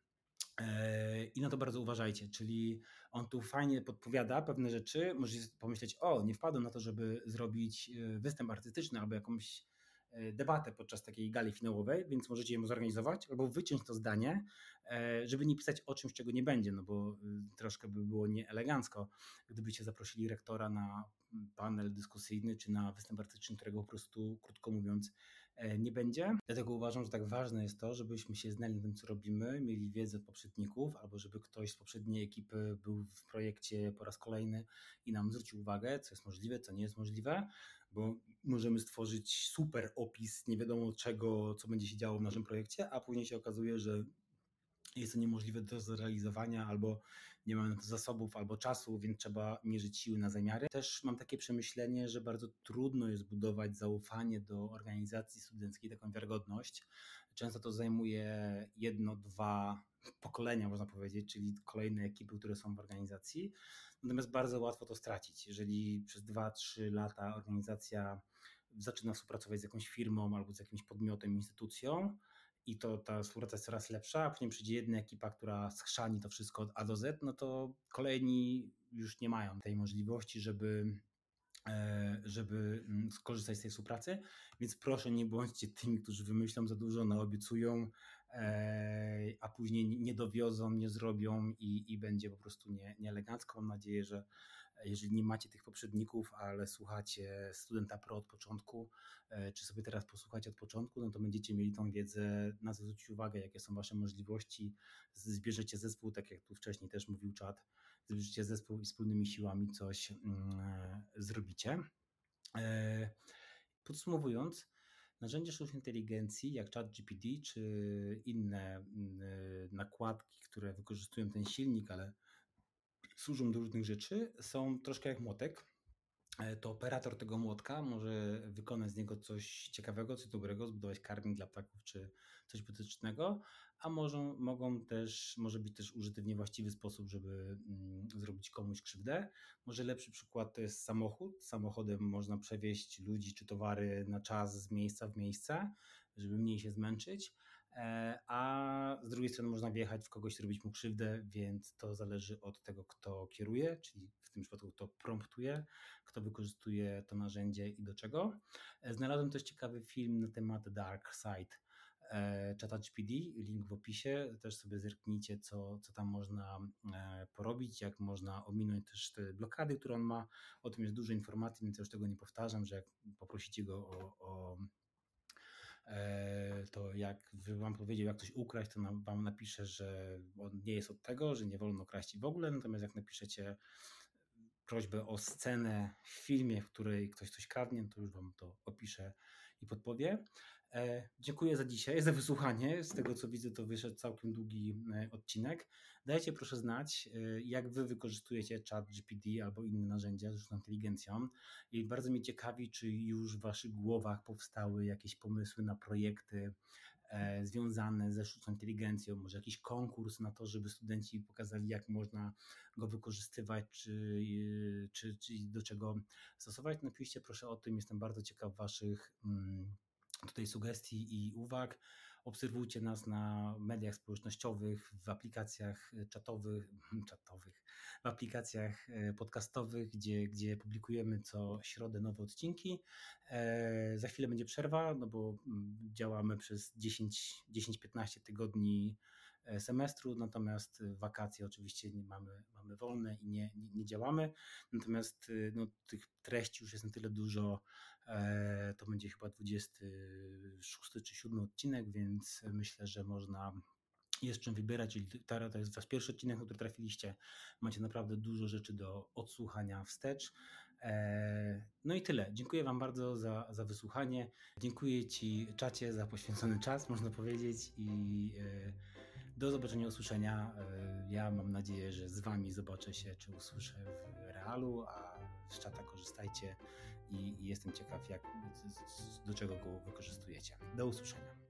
I na to bardzo uważajcie, czyli on tu fajnie podpowiada pewne rzeczy, możecie pomyśleć: o, nie wpadłem na to, żeby zrobić występ artystyczny albo jakąś debatę podczas takiej gali finałowej, więc możecie ją zorganizować albo wyciąć to zdanie, żeby nie pisać o czymś, czego nie będzie, no bo troszkę by było nieelegancko, gdybyście zaprosili rektora na panel dyskusyjny czy na występ artystyczny, którego po prostu, krótko mówiąc, nie będzie. Dlatego uważam, że tak ważne jest to, żebyśmy się znali na tym, co robimy, mieli wiedzę od poprzedników, albo żeby ktoś z poprzedniej ekipy był w projekcie po raz kolejny i nam zwrócił uwagę, co jest możliwe, co nie jest możliwe, bo możemy stworzyć super opis nie wiadomo czego, co będzie się działo w naszym projekcie, a później się okazuje, że jest to niemożliwe do zrealizowania, albo nie mamy na to zasobów, albo czasu, więc trzeba mierzyć siły na zamiary. Też mam takie przemyślenie, że bardzo trudno jest budować zaufanie do organizacji studenckiej, taką wiarygodność. Często to zajmuje jedno, dwa pokolenia, można powiedzieć, czyli kolejne ekipy, które są w organizacji. Natomiast bardzo łatwo to stracić. Jeżeli przez dwa trzy lata organizacja zaczyna współpracować z jakąś firmą albo z jakimś podmiotem, instytucją, i to ta współpraca jest coraz lepsza, a później przyjdzie jedna ekipa, która schrzani to wszystko od A do Z, no to kolejni już nie mają tej możliwości, żeby, żeby skorzystać z tej współpracy, więc proszę, nie bądźcie tymi, którzy wymyślą za dużo, naobiecują a później nie dowiozą, nie zrobią i, i będzie po prostu nie, nieelegancko. Mam nadzieję, że jeżeli nie macie tych poprzedników, ale słuchacie Studenta Pro od początku, czy sobie teraz posłuchacie od początku, no to będziecie mieli tą wiedzę, na co zwrócić uwagę, jakie są wasze możliwości, zbierzecie zespół, tak jak tu wcześniej też mówił czat, zbierzecie zespół i wspólnymi siłami coś mm, zrobicie. Podsumowując, narzędzia sztucznej inteligencji jak ChatGPT czy inne nakładki, które wykorzystują ten silnik, ale służą do różnych rzeczy, są troszkę jak młotek. To operator tego młotka może wykonać z niego coś ciekawego, coś dobrego, zbudować karmnik dla ptaków czy coś pożytecznego, a może, mogą też, może być też użyty w niewłaściwy sposób, żeby mm, zrobić komuś krzywdę. Może lepszy przykład to jest samochód. Samochodem można przewieźć ludzi czy towary na czas z miejsca w miejsce, żeby mniej się zmęczyć, a z drugiej strony można wjechać w kogoś, zrobić mu krzywdę, więc to zależy od tego, kto kieruje, czyli w tym przypadku kto promptuje, kto wykorzystuje to narzędzie i do czego. Znalazłem też ciekawy film na temat Dark Side ChatGPT, link w opisie, też sobie zerknijcie, co, co tam można porobić, jak można ominąć też te blokady, które on ma. O tym jest dużo informacji, więc już tego nie powtarzam, że jak poprosicie go o, o to jak wam powiedział, jak coś ukraść, to wam napisze, że on nie jest od tego, że nie wolno kraść w ogóle, natomiast jak napiszecie prośbę o scenę w filmie, w której ktoś coś kradnie, to już wam to opisze i podpowie. E, dziękuję za dzisiaj, za wysłuchanie. Z tego co widzę, to wyszedł całkiem długi odcinek. Dajcie proszę znać, jak wy wykorzystujecie ChatGPT albo inne narzędzia z sztuczną inteligencją. I bardzo mnie ciekawi, czy już w waszych głowach powstały jakieś pomysły na projekty e, związane ze sztuczną inteligencją, może jakiś konkurs na to, żeby studenci pokazali, jak można go wykorzystywać, czy, czy, czy do czego stosować. Napiszcie proszę o tym, jestem bardzo ciekaw waszych mm, tutaj sugestii i uwag. Obserwujcie nas na mediach społecznościowych, w aplikacjach czatowych, czatowych, w aplikacjach podcastowych, gdzie, gdzie publikujemy co środę nowe odcinki. E, za chwilę będzie przerwa, no bo działamy przez dziesięć do piętnastu tygodni semestru, natomiast wakacje oczywiście nie mamy, mamy wolne i nie, nie, nie działamy, natomiast no, tych treści już jest na tyle dużo, e, to będzie chyba dwudziesty szósty czy siódmy odcinek, więc myślę, że można jest czym wybierać, czyli to jest wasz pierwszy odcinek, na który trafiliście, macie naprawdę dużo rzeczy do odsłuchania wstecz. No i tyle. Dziękuję wam bardzo za, za wysłuchanie. Dziękuję ci, czacie, za poświęcony czas, można powiedzieć, i do zobaczenia, usłyszenia. Ja mam nadzieję, że z wami zobaczę się, czy usłyszę w realu, a z czata korzystajcie i, i jestem ciekaw, jak, do czego go wykorzystujecie. Do usłyszenia.